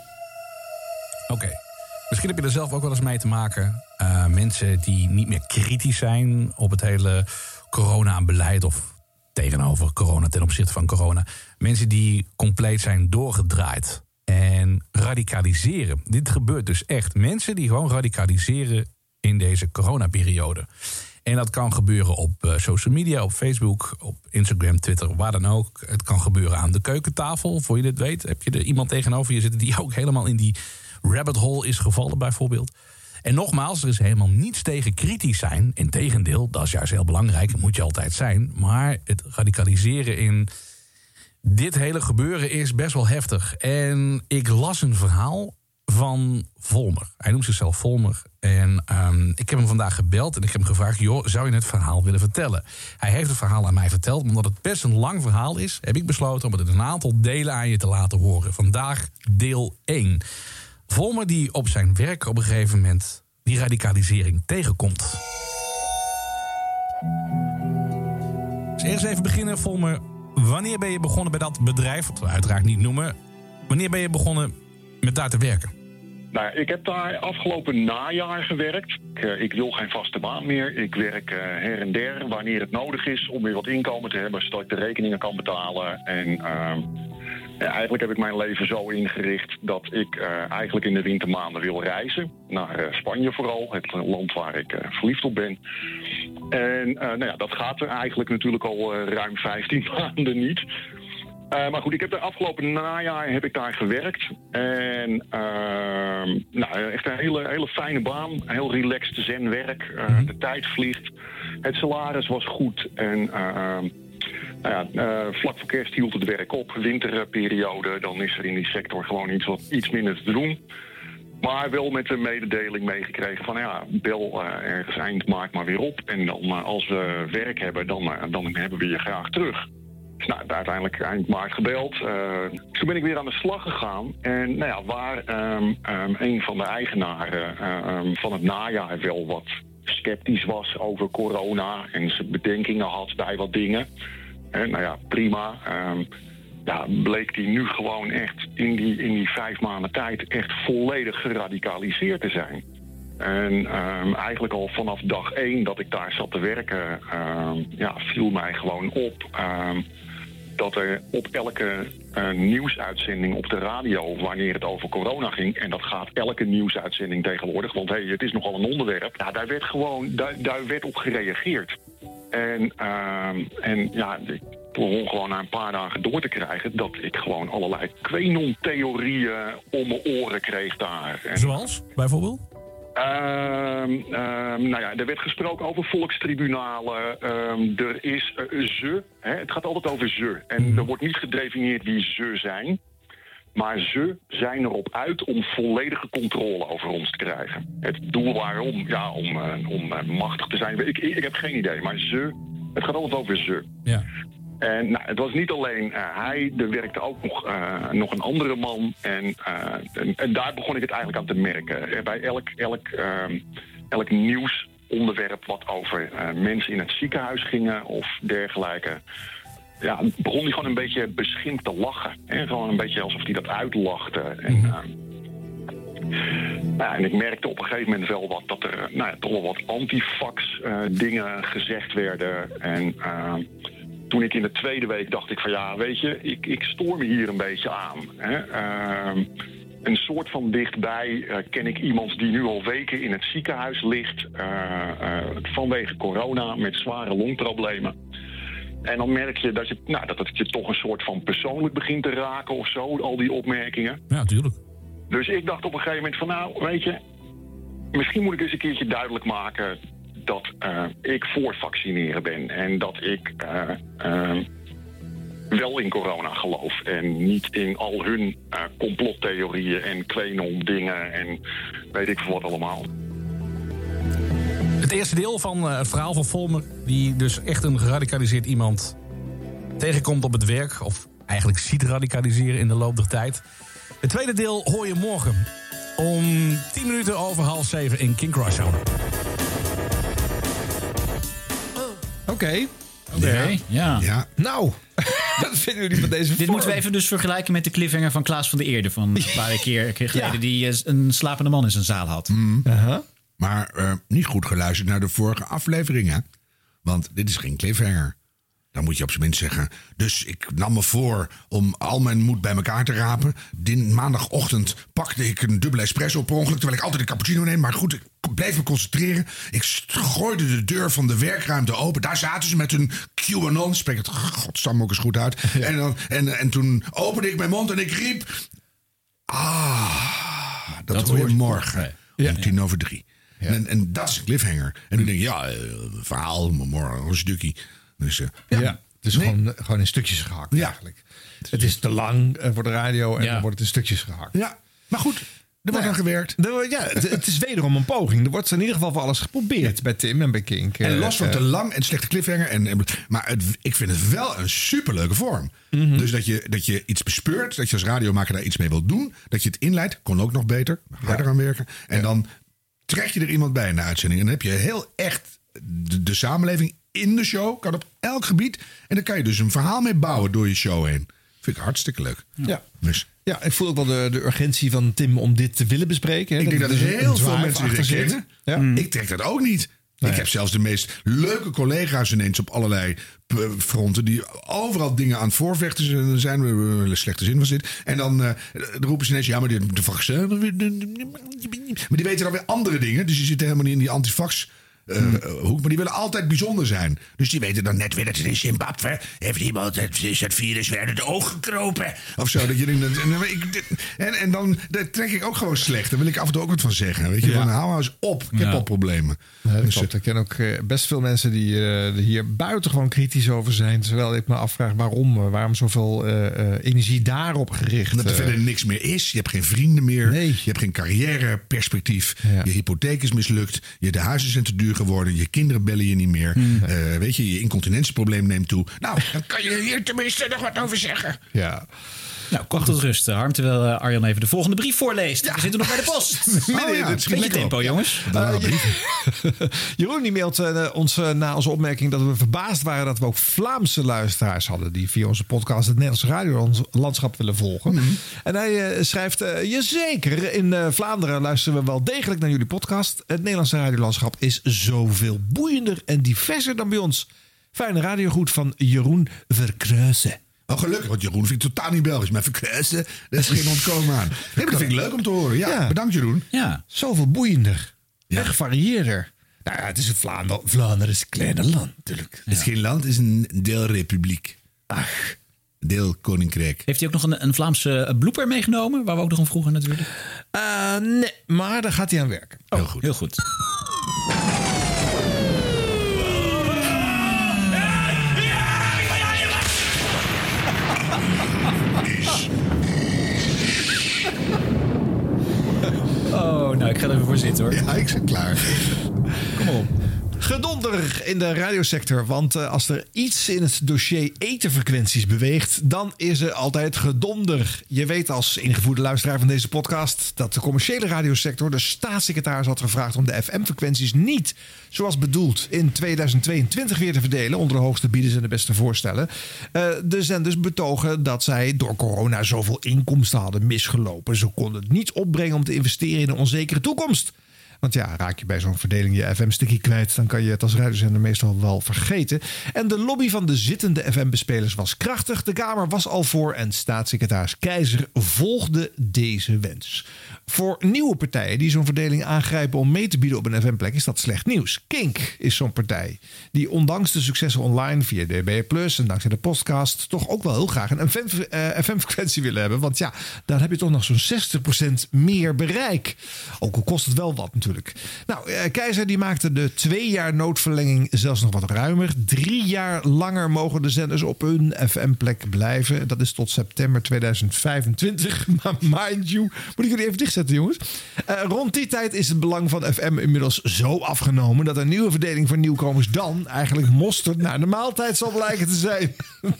Oké. Misschien heb je er zelf ook wel eens mee te maken. Mensen die niet meer kritisch zijn op het hele corona-beleid... of tegenover corona, ten opzichte van corona. Mensen die compleet zijn doorgedraaid en radicaliseren. Dit gebeurt dus echt. Mensen die gewoon radicaliseren in deze coronaperiode. En dat kan gebeuren op social media, op Facebook, op Instagram, Twitter, waar dan ook. Het kan gebeuren aan de keukentafel. Voor je dit weet, heb je er iemand tegenover je zitten die ook helemaal in die rabbit hole is gevallen, bijvoorbeeld. En nogmaals, er is helemaal niets tegen kritisch zijn. Integendeel, dat is juist heel belangrijk, moet je altijd zijn. Maar het radicaliseren in dit hele gebeuren is best wel heftig. En ik las een verhaal van Volmer. Hij noemt zichzelf Volmer. En ik heb hem vandaag gebeld en ik heb hem gevraagd... joh, zou je het verhaal willen vertellen? Hij heeft het verhaal aan mij verteld. Maar omdat het best een lang verhaal is... heb ik besloten om het in een aantal delen aan je te laten horen. Vandaag deel 1. Volmer die op zijn werk op een gegeven moment... die radicalisering tegenkomt. Dus eerst even beginnen, Volmer. Wanneer ben je begonnen bij dat bedrijf? Dat we uiteraard niet noemen. Wanneer ben je begonnen met daar te werken? Nou, ik heb daar afgelopen najaar gewerkt. Ik wil geen vaste baan meer. Ik werk her en der wanneer het nodig is om weer wat inkomen te hebben... zodat ik de rekeningen kan betalen. En eigenlijk heb ik mijn leven zo ingericht dat ik eigenlijk in de wintermaanden wil reizen. Naar Spanje vooral, het land waar ik verliefd op ben. En dat gaat er eigenlijk natuurlijk al ruim 15 maanden niet... maar goed, ik heb de afgelopen najaar heb ik daar gewerkt. En echt een hele fijne baan. Heel relaxed zenwerk. De tijd vliegt. Het salaris was goed. En vlak voor kerst hield het werk op. Winterperiode, dan is er in die sector gewoon iets minder te doen. Maar wel met de mededeling meegekregen van bel ergens eind maart maar weer op. En dan als we werk hebben, dan hebben we je graag terug. Dus uiteindelijk eind maart gebeld. Toen ben ik weer aan de slag gegaan. En waar een van de eigenaren van het najaar wel wat sceptisch was over corona... en ze bedenkingen had bij wat dingen. Prima. Bleek die nu gewoon echt in die 5 maanden tijd... echt volledig geradicaliseerd te zijn. En eigenlijk al vanaf dag 1 dat ik daar zat te werken... viel mij gewoon op... dat er op elke nieuwsuitzending op de radio, wanneer het over corona ging, en dat gaat elke nieuwsuitzending tegenwoordig, want het is nogal een onderwerp, ja, daar werd op gereageerd. En ja, ik begon gewoon na een paar dagen door te krijgen dat ik gewoon allerlei QAnon-theorieën om mijn oren kreeg daar. Zoals, bijvoorbeeld? Nou ja, er werd gesproken over volkstribunalen. Er is ze. Het gaat altijd over ze. En er wordt niet gedefinieerd wie ze zijn. Maar ze zijn erop uit om volledige controle over ons te krijgen. Het doel waarom? Ja, om machtig te zijn. Ik heb geen idee. Maar het gaat altijd over ze. Ja. En nou, het was niet alleen hij, er werkte ook nog een andere man. En daar begon ik het eigenlijk aan te merken. Bij elk nieuwsonderwerp wat over mensen in het ziekenhuis gingen of dergelijke, ja, begon hij gewoon een beetje beschimpt te lachen. En gewoon een beetje alsof hij dat uitlachte. En ik merkte op een gegeven moment wel dat er toch wel wat antifax dingen gezegd werden. En toen ik in de tweede week dacht ik van ja, weet je, ik stoor me hier een beetje aan. Een soort van dichtbij ken ik iemand die nu al weken in het ziekenhuis ligt vanwege corona met zware longproblemen. En dan merk je dat het je toch een soort van persoonlijk begint te raken of zo, al die opmerkingen. Ja, natuurlijk. Dus ik dacht op een gegeven moment van nou, weet je, misschien moet ik eens een keertje duidelijk maken dat ik voor vaccineren ben en dat ik wel in corona geloof en niet in al hun complottheorieën en QAnon-dingen en weet ik veel wat allemaal. Het eerste deel van het verhaal van Volmer, die dus echt een geradicaliseerd iemand tegenkomt op het werk, of eigenlijk ziet radicaliseren in de loop der tijd. Het tweede deel hoor je morgen om 10 minuten over 6:30 in King Crush Hour. Oké. Ja. Nou, dat vinden jullie van deze Dit moeten we even dus vergelijken met de cliffhanger van Klaas van der Eerde van een paar keer geleden, die een slapende man in zijn zaal had. Maar niet goed geluisterd naar de vorige afleveringen. Want dit is geen cliffhanger. Dan moet je op zijn minst zeggen. Dus ik nam me voor om al mijn moed bij elkaar te rapen. Maandagochtend pakte ik een dubbele espresso per ongeluk, terwijl ik altijd een cappuccino neem. Maar goed, ik bleef me concentreren. Ik gooide de deur van de werkruimte open. Daar zaten ze met hun QAnon. Spreek het godsam ook eens goed uit. Ja. En toen opende ik mijn mond en ik riep... dat hoor je morgen om 2:10. Ja. En dat is een cliffhanger. En nu denk je, verhaal, morgen een stukje. Dus, het is gewoon in stukjes gehakt eigenlijk. Het is te lang voor de radio en dan wordt het in stukjes gehakt. Ja, maar goed, er wordt aan gewerkt. Het is wederom een poging. Er wordt in ieder geval voor alles geprobeerd bij Tim en bij Kink. En los van te lang en slechte cliffhanger. Maar ik vind het wel een superleuke vorm. Mm-hmm. Dus dat je iets bespeurt, dat je als radiomaker daar iets mee wilt doen. Dat je het inleidt, kon ook nog beter. Harder aan werken. En dan trek je er iemand bij in de uitzending. En dan heb je heel echt de samenleving in de show, kan op elk gebied. En dan kan je dus een verhaal mee bouwen door je show heen. Vind ik hartstikke leuk. Ja. Dus. Ja, ik voel ook wel de urgentie van Tim om dit te willen bespreken. Hè? Ik denk dat er heel veel mensen die kennen. Ja. Ik trek dat ook niet. Nee. Ik heb zelfs de meest leuke collega's ineens op allerlei fronten die overal dingen aan het voorvechten zijn. Een slechte zin was dit. En dan roepen ze ineens, ja, maar de vaccin. Maar die weten dan weer andere dingen. Dus die zitten helemaal niet in die antivax hoek, maar die willen altijd bijzonder zijn. Dus die weten dan net weer dat in Zimbabwe heeft iemand het virus weer uit het oog gekropen. Of zo. Dat je en dan trek ik ook gewoon slecht. Daar wil ik af en toe ook wat van zeggen. Weet je, van hou eens op. Ik heb al problemen. Nee, dus, ik ken ook best veel mensen die hier buitengewoon kritisch over zijn. Terwijl ik me afvraag waarom zoveel energie daarop gericht. Dat er verder niks meer is. Je hebt geen vrienden meer. Nee. Je hebt geen carrièreperspectief. Ja. Je hypotheek is mislukt. De huizen zijn te duur geworden. Je kinderen bellen je niet meer. Weet je incontinentieprobleem neemt toe. Nou, dan kan je hier tenminste nog wat over zeggen. Ja. Nou, kom tot rust, Harm, terwijl Arjan even de volgende brief voorleest. Ja. We zitten nog bij de post. Beetje tempo, jongens. Jeroen die mailt ons na onze opmerking dat we verbaasd waren dat we ook Vlaamse luisteraars hadden die via onze podcast het Nederlandse radiolandschap willen volgen. Mm-hmm. En hij schrijft, jazeker, in Vlaanderen luisteren we wel degelijk naar jullie podcast. Het Nederlandse radiolandschap is zoveel boeiender en diverser dan bij ons. Fijne radiogroet van Jeroen Verkruijsen. Oh, gelukkig, want Jeroen vind ik totaal niet Belgisch. Maar verkruisen, dat is geen ontkomen aan. Nee, maar dat vind ik leuk om te horen. Ja. Bedankt Jeroen. Ja. Zoveel boeiender. En gevarieerder. Nou ja, het is Vlaanderen is een kleine land natuurlijk. Het is geen land, het is een deelrepubliek. Ach. Deel Koninkrijk. Heeft hij ook nog een Vlaamse blooper meegenomen? Waar we ook nog om vroegen natuurlijk. Nee, maar daar gaat hij aan werken. Heel goed. Heel goed. Oh, nou, ik ga er even voor zitten hoor. Ja, ik zit klaar. Kom op. Gedonder in de radiosector. Want als er iets in het dossier etenfrequenties beweegt, dan is er altijd gedonder. Je weet als ingevoerde luisteraar van deze podcast dat de commerciële radiosector de staatssecretaris had gevraagd om de FM-frequenties niet, zoals bedoeld, in 2022 weer te verdelen onder de hoogste bieders en de beste voorstellen. De zenders betogen dat zij door corona zoveel inkomsten hadden misgelopen. Ze konden het niet opbrengen om te investeren in een onzekere toekomst. Want ja, raak je bij zo'n verdeling je FM-stukje kwijt, dan kan je het als radiozender meestal wel vergeten. En de lobby van de zittende FM-bespelers was krachtig. De Kamer was al voor en staatssecretaris Keizer volgde deze wens. Voor nieuwe partijen die zo'n verdeling aangrijpen om mee te bieden op een FM-plek is dat slecht nieuws. Kink is zo'n partij die ondanks de successen online via DAB+ en dankzij de podcast toch ook wel heel graag een FM-frequentie willen hebben. Want ja, daar heb je toch nog zo'n 60% meer bereik. Ook al kost het wel wat natuurlijk. Nou, Keizer die maakte de 2 jaar noodverlenging zelfs nog wat ruimer. 3 jaar langer mogen de zenders op hun FM-plek blijven. Dat is tot september 2025. Maar mind you, moet ik jullie even dichtzetten, jongens. Rond die tijd is het belang van FM inmiddels zo afgenomen dat een nieuwe verdeling voor nieuwkomers dan eigenlijk mosterd naar de maaltijd zal blijken te zijn.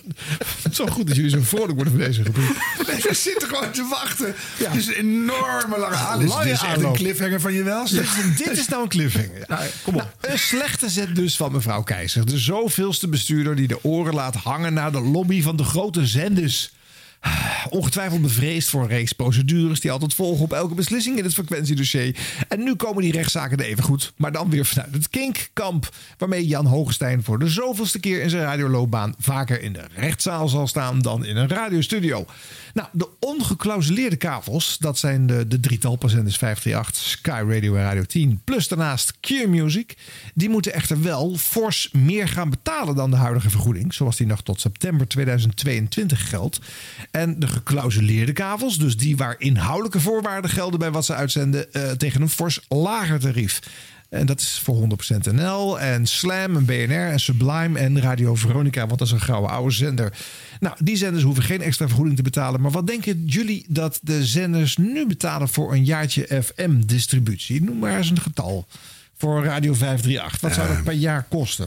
Zo goed dat jullie zo vrolijk worden voor deze rubriek. We zitten gewoon te wachten. Ja. Het is een enorme lange aanloop. Dit is echt een cliffhanger van je welste. Dit is nou een cliffhanger. Nou, kom op. Een slechte zet dus van mevrouw Keizer. De zoveelste bestuurder die de oren laat hangen naar de lobby van de grote zenders. Ongetwijfeld bevreesd voor een reeks procedures die altijd volgen op elke beslissing in het frequentiedossier. En nu komen die rechtszaken er even goed, maar dan weer vanuit het kinkkamp, waarmee Jan Hoogestein voor de zoveelste keer in zijn radioloopbaan vaker in de rechtszaal zal staan dan in een radiostudio. Nou, de ongeklausuleerde kavels, dat zijn de drietalpazenders 538, Sky Radio en Radio 10, plus daarnaast Q-Music, die moeten echter wel fors meer gaan betalen dan de huidige vergoeding, zoals die nog tot september 2022 geldt. En de geklausuleerde kavels, dus die waar inhoudelijke voorwaarden gelden bij wat ze uitzenden, tegen een fors lager tarief. En dat is voor 100% NL en Slam en BNR en Sublime en Radio Veronica, want dat is een gouden oude zender. Nou, die zenders hoeven geen extra vergoeding te betalen. Maar wat denken jullie dat de zenders nu betalen voor een jaartje FM-distributie? Noem maar eens een getal voor Radio 538. Wat zou dat per jaar kosten?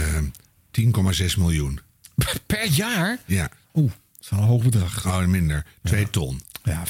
10,6 miljoen. Per jaar? Ja. Oeh, dat is wel een hoog bedrag. Oh, minder. 2 ton. Ja,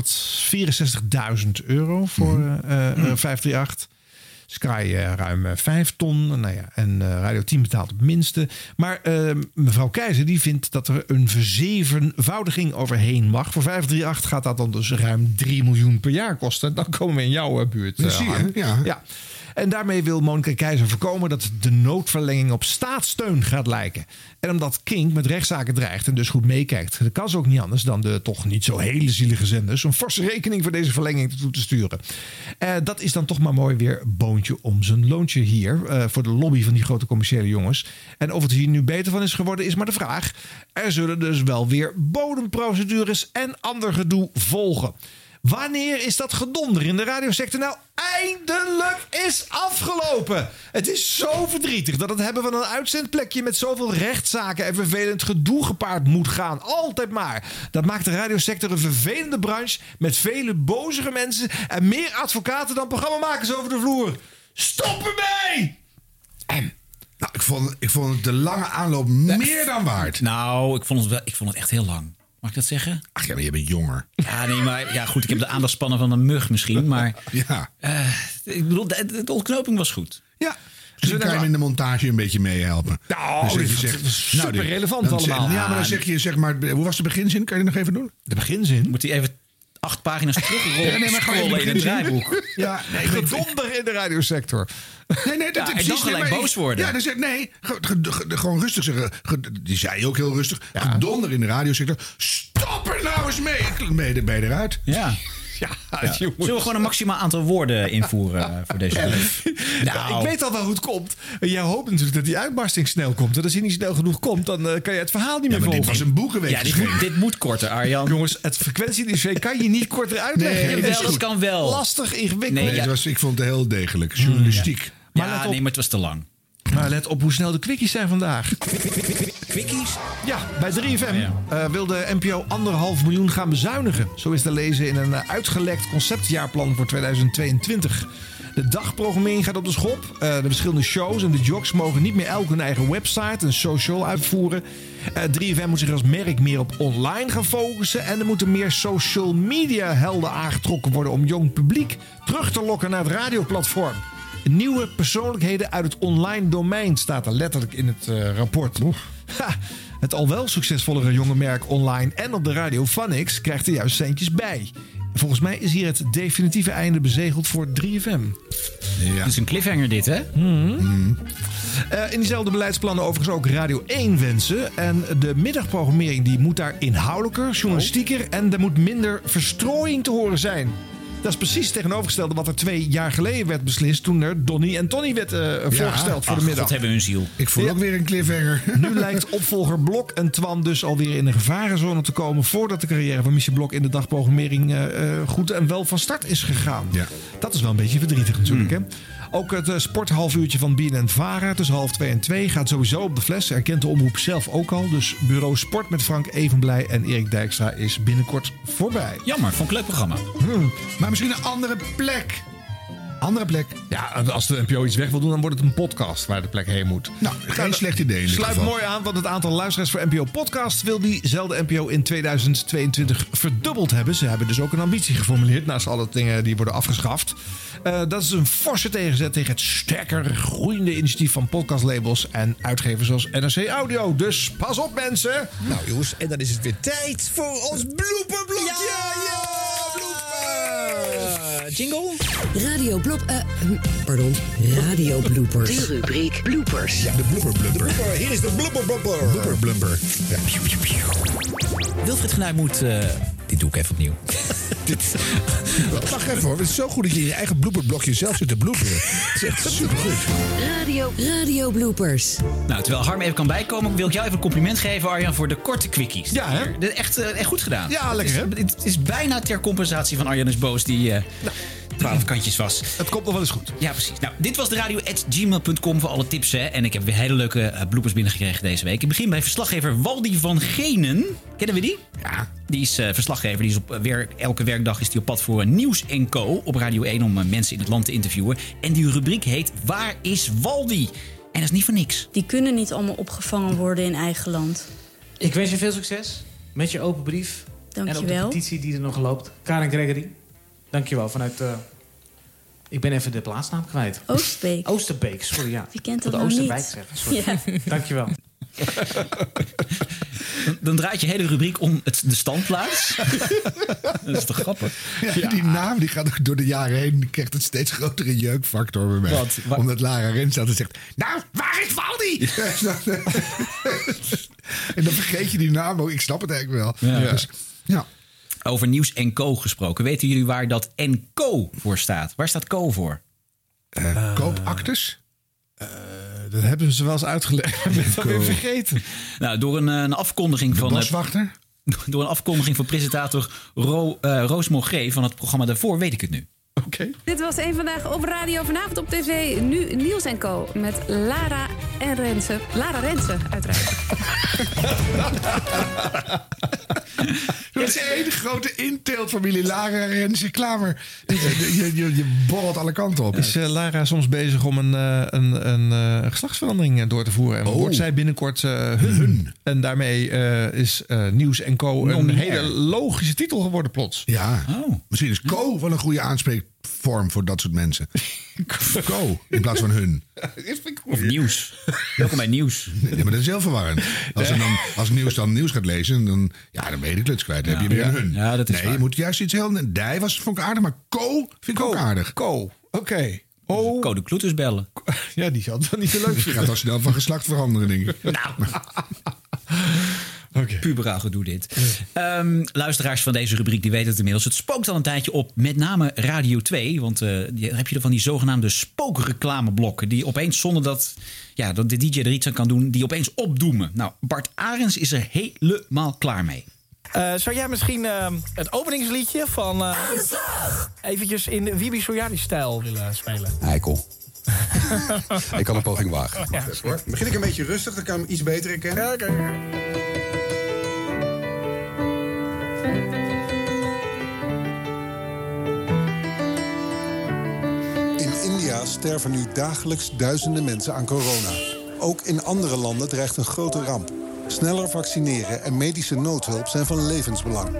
€464.000 voor 538. Sky ruim 5 ton. Nou ja, en Radio 10 betaalt het minste. Maar mevrouw Keizer die vindt dat er een verzevenvoudiging overheen mag. Voor 538 gaat dat dan dus ruim 3 miljoen per jaar kosten. Dan komen we in jouw buurt. Zie je, ja. En daarmee wil Monica Keizer voorkomen dat de noodverlenging op staatssteun gaat lijken. En omdat Kink met rechtszaken dreigt en dus goed meekijkt, dan kan ze ook niet anders dan de toch niet zo hele zielige zenders een forse rekening voor deze verlenging toe te sturen. Dat is dan toch maar mooi weer boontje om zijn loontje hier voor de lobby van die grote commerciële jongens. En of het hier nu beter van is geworden is maar de vraag. Er zullen dus wel weer bodemprocedures en ander gedoe volgen. Wanneer is dat gedonder in de radiosector nou eindelijk is afgelopen? Het is zo verdrietig dat het hebben van een uitzendplekje met zoveel rechtszaken en vervelend gedoe gepaard moet gaan. Altijd maar. Dat maakt de radiosector een vervelende branche met vele bozige mensen en meer advocaten dan programmamakers over de vloer. Stop ermee! Nou, ik vond het de lange aanloop meer dan waard. Nou, ik vond het echt heel lang. Mag ik dat zeggen? Ach ja, maar je bent jonger. Ja, nee, maar ja, goed. Ik heb de aandachtspannen van een mug misschien. Maar ja. Ik bedoel, de ontknoping was goed. Ja. Dus kan je hem in de montage een beetje meehelpen. Nou, dit is super relevant allemaal. Ja, maar dan zeg je, zeg maar, hoe was de beginzin? Kan je nog even doen? De beginzin? Moet hij even 8 pagina's terugrollen in het draaiboek. Ja, gedonder in de radiosector. Nee, en dan gelijk boos worden. Ja, dan zeg gewoon rustig zeggen. Die zei je ook heel rustig. Gedonder in de radiosector. Stop er nou eens mee. Ben je eruit? Ja. Zullen we gewoon een maximaal aantal woorden invoeren voor deze week? Nou, ik weet al wel hoe het komt. Jij hoopt natuurlijk dat die uitbarsting snel komt. En als die niet snel genoeg komt, dan kan je het verhaal niet meer volgen. Dit was een boekenweek. Ja, dit moet korter, Arjan. Jongens, het frequentieniveau kan je niet korter uitleggen. Nee, dat kan wel. Lastig, ingewikkeld. Ik vond het heel degelijk. Journalistiek. Maar het was te lang. Maar let op hoe snel de quickies zijn vandaag. Quickies? Ja, bij 3FM wil de NPO 1,5 miljoen gaan bezuinigen. Zo is te lezen in een uitgelekt conceptjaarplan voor 2022. De dagprogrammering gaat op de schop. De verschillende shows en de jocks mogen niet meer elk hun eigen website en social uitvoeren. 3FM moet zich als merk meer op online gaan focussen. En er moeten meer social media helden aangetrokken worden om jong publiek terug te lokken naar het radioplatform. Nieuwe persoonlijkheden uit het online domein staat er letterlijk in het rapport. Het al wel succesvollere jonge merk online en op de radio Phonix krijgt er juist centjes bij. Volgens mij is hier het definitieve einde bezegeld voor 3FM. Ja. Het is een cliffhanger dit, hè? In diezelfde beleidsplannen overigens ook Radio 1 wensen. En de middagprogrammering die moet daar inhoudelijker, journalistieker en er moet minder verstrooiing te horen zijn. Dat is precies het tegenovergestelde wat er 2 jaar geleden werd beslist toen er Donnie en Tony werd voorgesteld voor de middag. Dat hebben hun ziel. Ik voel ook weer een cliffhanger. Nu lijkt opvolger Blok en Twan dus alweer in een gevarenzone te komen voordat de carrière van Michel Blok in de dagprogrammering goed en wel van start is gegaan. Ja. Dat is wel een beetje verdrietig natuurlijk, hè? Ook het sporthalfuurtje van BNN-Vara tussen 12:30 en 2 gaat sowieso op de fles. Erkent de omroep zelf ook al. Dus Bureau Sport met Frank Evenblij en Erik Dijkstra is binnenkort voorbij. Jammer, vond ik een leuk programma. Maar misschien een andere plek. Ja, als de NPO iets weg wil doen, dan wordt het een podcast waar de plek heen moet. Nou, geen slecht idee in dit Sluit geval. mooi aan, want het aantal luisteraars voor NPO Podcast wil diezelfde NPO in 2022 verdubbeld hebben. Ze hebben dus ook een ambitie geformuleerd naast alle dingen die worden afgeschaft. Dat is een forse tegenzet tegen het sterker groeiende initiatief van podcastlabels en uitgevers zoals NRC Audio. Dus pas op, mensen. Nou jongens, en dan is het weer tijd voor ons blooperblokje. Jingle? Radio bloopers. De rubriek bloopers. Ja, de blooper. Hier is de blooper. Blumper. Ja. Wilfried Genuij moet... dit doe ik even opnieuw. Wacht even hoor, het is zo goed dat je in je eigen blooperblokje zelf zit te bloeperen. Het is echt supergoed. Radio bloopers. Nou, terwijl Harm even kan bijkomen, wil ik jou even een compliment geven, Arjan, voor de korte quickies. Ja, hè? Echt goed gedaan. Ja, lekker, hè? Het is bijna ter compensatie van Arjan is boos, die 12 kantjes was. Het komt nog wel eens goed. Ja, precies. Nou, dit was de radio@gmail.com voor alle tips, hè. En ik heb weer hele leuke bloopers binnengekregen deze week. Ik begin bij verslaggever Waldi van Genen. Kennen we die? Ja. Die is verslaggever. Die is elke werkdag is die op pad voor Nieuws & Co. op Radio 1 om mensen in het land te interviewen. En die rubriek heet Waar is Waldi? En dat is niet voor niks. Die kunnen niet allemaal opgevangen worden in eigen land. Ik wens je veel succes met je open brief. Dank en je op wel. de petitie die er nog loopt. Karen Gregory, dank je wel. Vanuit... ik ben even de plaatsnaam kwijt. Oosterbeek. Oosterbeek, sorry, ja. Wie kent dat de nou Oosterwijk niet? zeggen, sorry. Ja. Dank je wel. Dan draait je hele rubriek om de standplaats. Dat is toch grappig? Ja, die naam die gaat ook door de jaren heen. Die krijgt een steeds grotere jeukfactor bij mij. Omdat Lara Rens altijd zegt... Nou, waar is Waldi? En dan vergeet je die naam ook. Ik snap het eigenlijk wel. Ja. Dus, ja. Over Nieuws & Co gesproken. Weten jullie waar dat & Co voor staat? Waar staat Co voor? Koopactes? Dat hebben ze wel eens uitgelegd. Ik ben het alweer vergeten. Nou, door een afkondiging van... boswachter? Door een afkondiging van presentator Roos Mogré van het programma daarvoor weet ik het nu. Oké. Dit was één vandaag op radio, vanavond op tv. Nu Nieuws & Co. met Lara en Renze. Lara Renze, uiteraard. Dat is één grote inteeltfamilie. Lara Renze Klamer. Je borrelt alle kanten op. Is Lara soms bezig om een geslachtsverandering door te voeren? En wordt zij binnenkort hun? En daarmee is Nieuws & Co. een hele logische titel geworden plots. Ja, misschien is Co wel een goede aanspreekpunt vorm voor dat soort mensen. Co, in plaats van hun. Of nieuws. Welkom bij nieuws. Nee, maar dat is heel verwarrend. Als nieuws dan nieuws gaat lezen, dan ben je de kluts kwijt. Dan heb je weer een hun. Ja, dat is waar. Je moet juist iets heel... Dij vond ik aardig, maar Co vind ik ook aardig. Co, oké. Co de Kloeters bellen. Ja, die zal het wel niet zo leuk vinden. Je gaat al snel van geslacht veranderen, denk ik. Puberaal gedoe dit. Luisteraars van deze rubriek die weten het inmiddels. Het spookt al een tijdje op, met name Radio 2. Want dan heb je er van die zogenaamde spookreclameblokken. Die opeens, zonder dat de DJ er iets aan kan doen, die opeens opdoemen. Nou, Bart Arends is er helemaal klaar mee. Zou jij misschien het openingsliedje van eventjes in de Wiebe Sojadi-stijl willen spelen? Eikel. Ik kan een poging wagen. Ja. Begin ik een beetje rustig, dan kan ik hem iets beter herkennen. Ja, okay. In India sterven nu dagelijks duizenden mensen aan corona. Ook in andere landen dreigt een grote ramp. Sneller vaccineren en medische noodhulp zijn van levensbelang.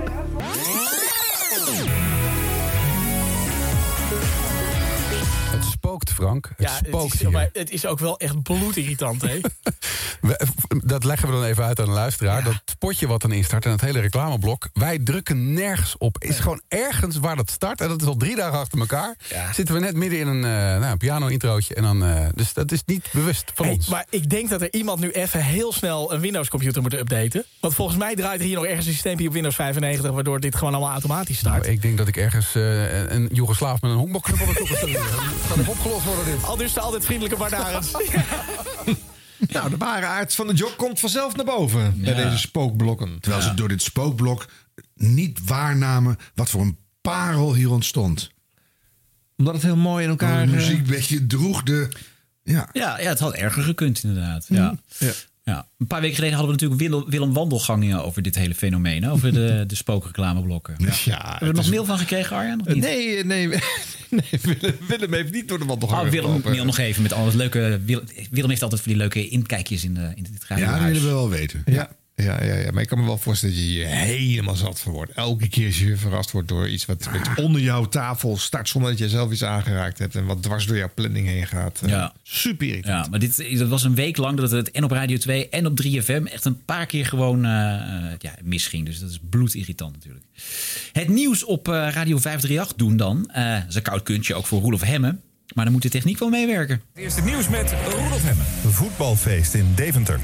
Het spookt, Frank. Het spookt hier. Het is ook wel echt bloedirritant, hè? Dat leggen we dan even uit aan de luisteraar. Dat spotje wat dan instart en het hele reclameblok. Wij drukken nergens op. Is gewoon ergens waar dat start. En dat is al 3 dagen achter elkaar. Ja. Zitten we net midden in een piano-introotje. En dan, dus dat is niet bewust van ons. Maar ik denk dat er iemand nu even heel snel een Windows-computer moet updaten. Want volgens mij draait er hier nog ergens een systeempje op Windows 95... waardoor dit gewoon allemaal automatisch start. Nou, ik denk dat ik ergens een Joegoslaaf met een honkbalknuppel naartoe ga. Dat gaat even opgelost worden, dit. Al dus de altijd vriendelijke Bart Arends. Nou, de ware aard van de job komt vanzelf naar boven bij deze spookblokken. Terwijl ze door dit spookblok niet waarnamen wat voor een parel hier ontstond. Omdat het heel mooi in elkaar... De muziek een beetje droeg de... Ja, het had erger gekund inderdaad. Ja. Ja. Een paar weken geleden hadden we natuurlijk Willem Wandelgang over dit hele fenomeen. Over de spookreclameblokken. Ja, hebben we er nog mail van gekregen, Arjan? Nog niet? Nee, Willem heeft niet door de wandelgang Willem nog even met al het leuke... Willem heeft altijd voor die leuke inkijkjes in dit radiohuis. Ja, dat willen we wel weten. Ja, maar ik kan me wel voorstellen dat je hier helemaal zat van wordt. Elke keer als je verrast wordt door iets wat onder jouw tafel start zonder dat je zelf iets aangeraakt hebt en wat dwars door jouw planning heen gaat. Super irritant. Ja, maar dat was een week lang dat het en op Radio 2 en op 3FM echt een paar keer gewoon misging. Dus dat is bloedirritant natuurlijk. Het nieuws op Radio 538 doen dan. Dat is een koud kuntje ook voor Roelof Hemmen. Maar dan moet de techniek wel meewerken. Eerst het nieuws met Roelof Hemmen. Voetbalfeest in Deventer.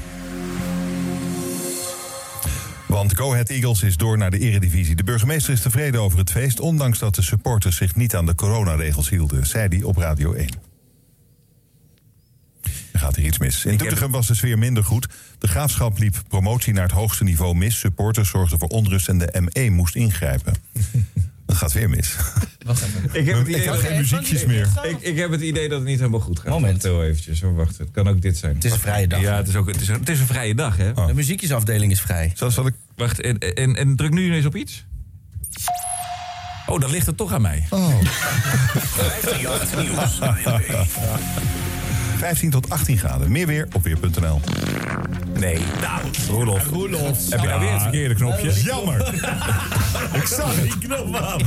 Want Go Ahead Eagles is door naar de Eredivisie. De burgemeester is tevreden over het feest, ondanks dat de supporters zich niet aan de coronaregels hielden, zei hij op Radio 1. Er gaat hier iets mis. In Doetinchem was de sfeer minder goed. De Graafschap liep promotie naar het hoogste niveau mis. Supporters zorgden voor onrust en de ME moest ingrijpen. Dat gaat weer mis. Wacht even. Ik heb geen muziekjes meer. Ik heb het idee dat het niet helemaal goed gaat. Moment. Heel eventjes. Wacht, het kan ook dit zijn. Het is een vrije dag. Ja, het is een vrije dag, hè? De muziekjesafdeling is vrij. Zal ik... Wacht, en druk nu eens op iets. Oh, dan ligt het toch aan mij. 15 tot 18 graden. Meer weer op weer.nl. Nee. Roelof. Heb je nou weer het verkeerde knopje? Jammer. Ik zag die knop aan.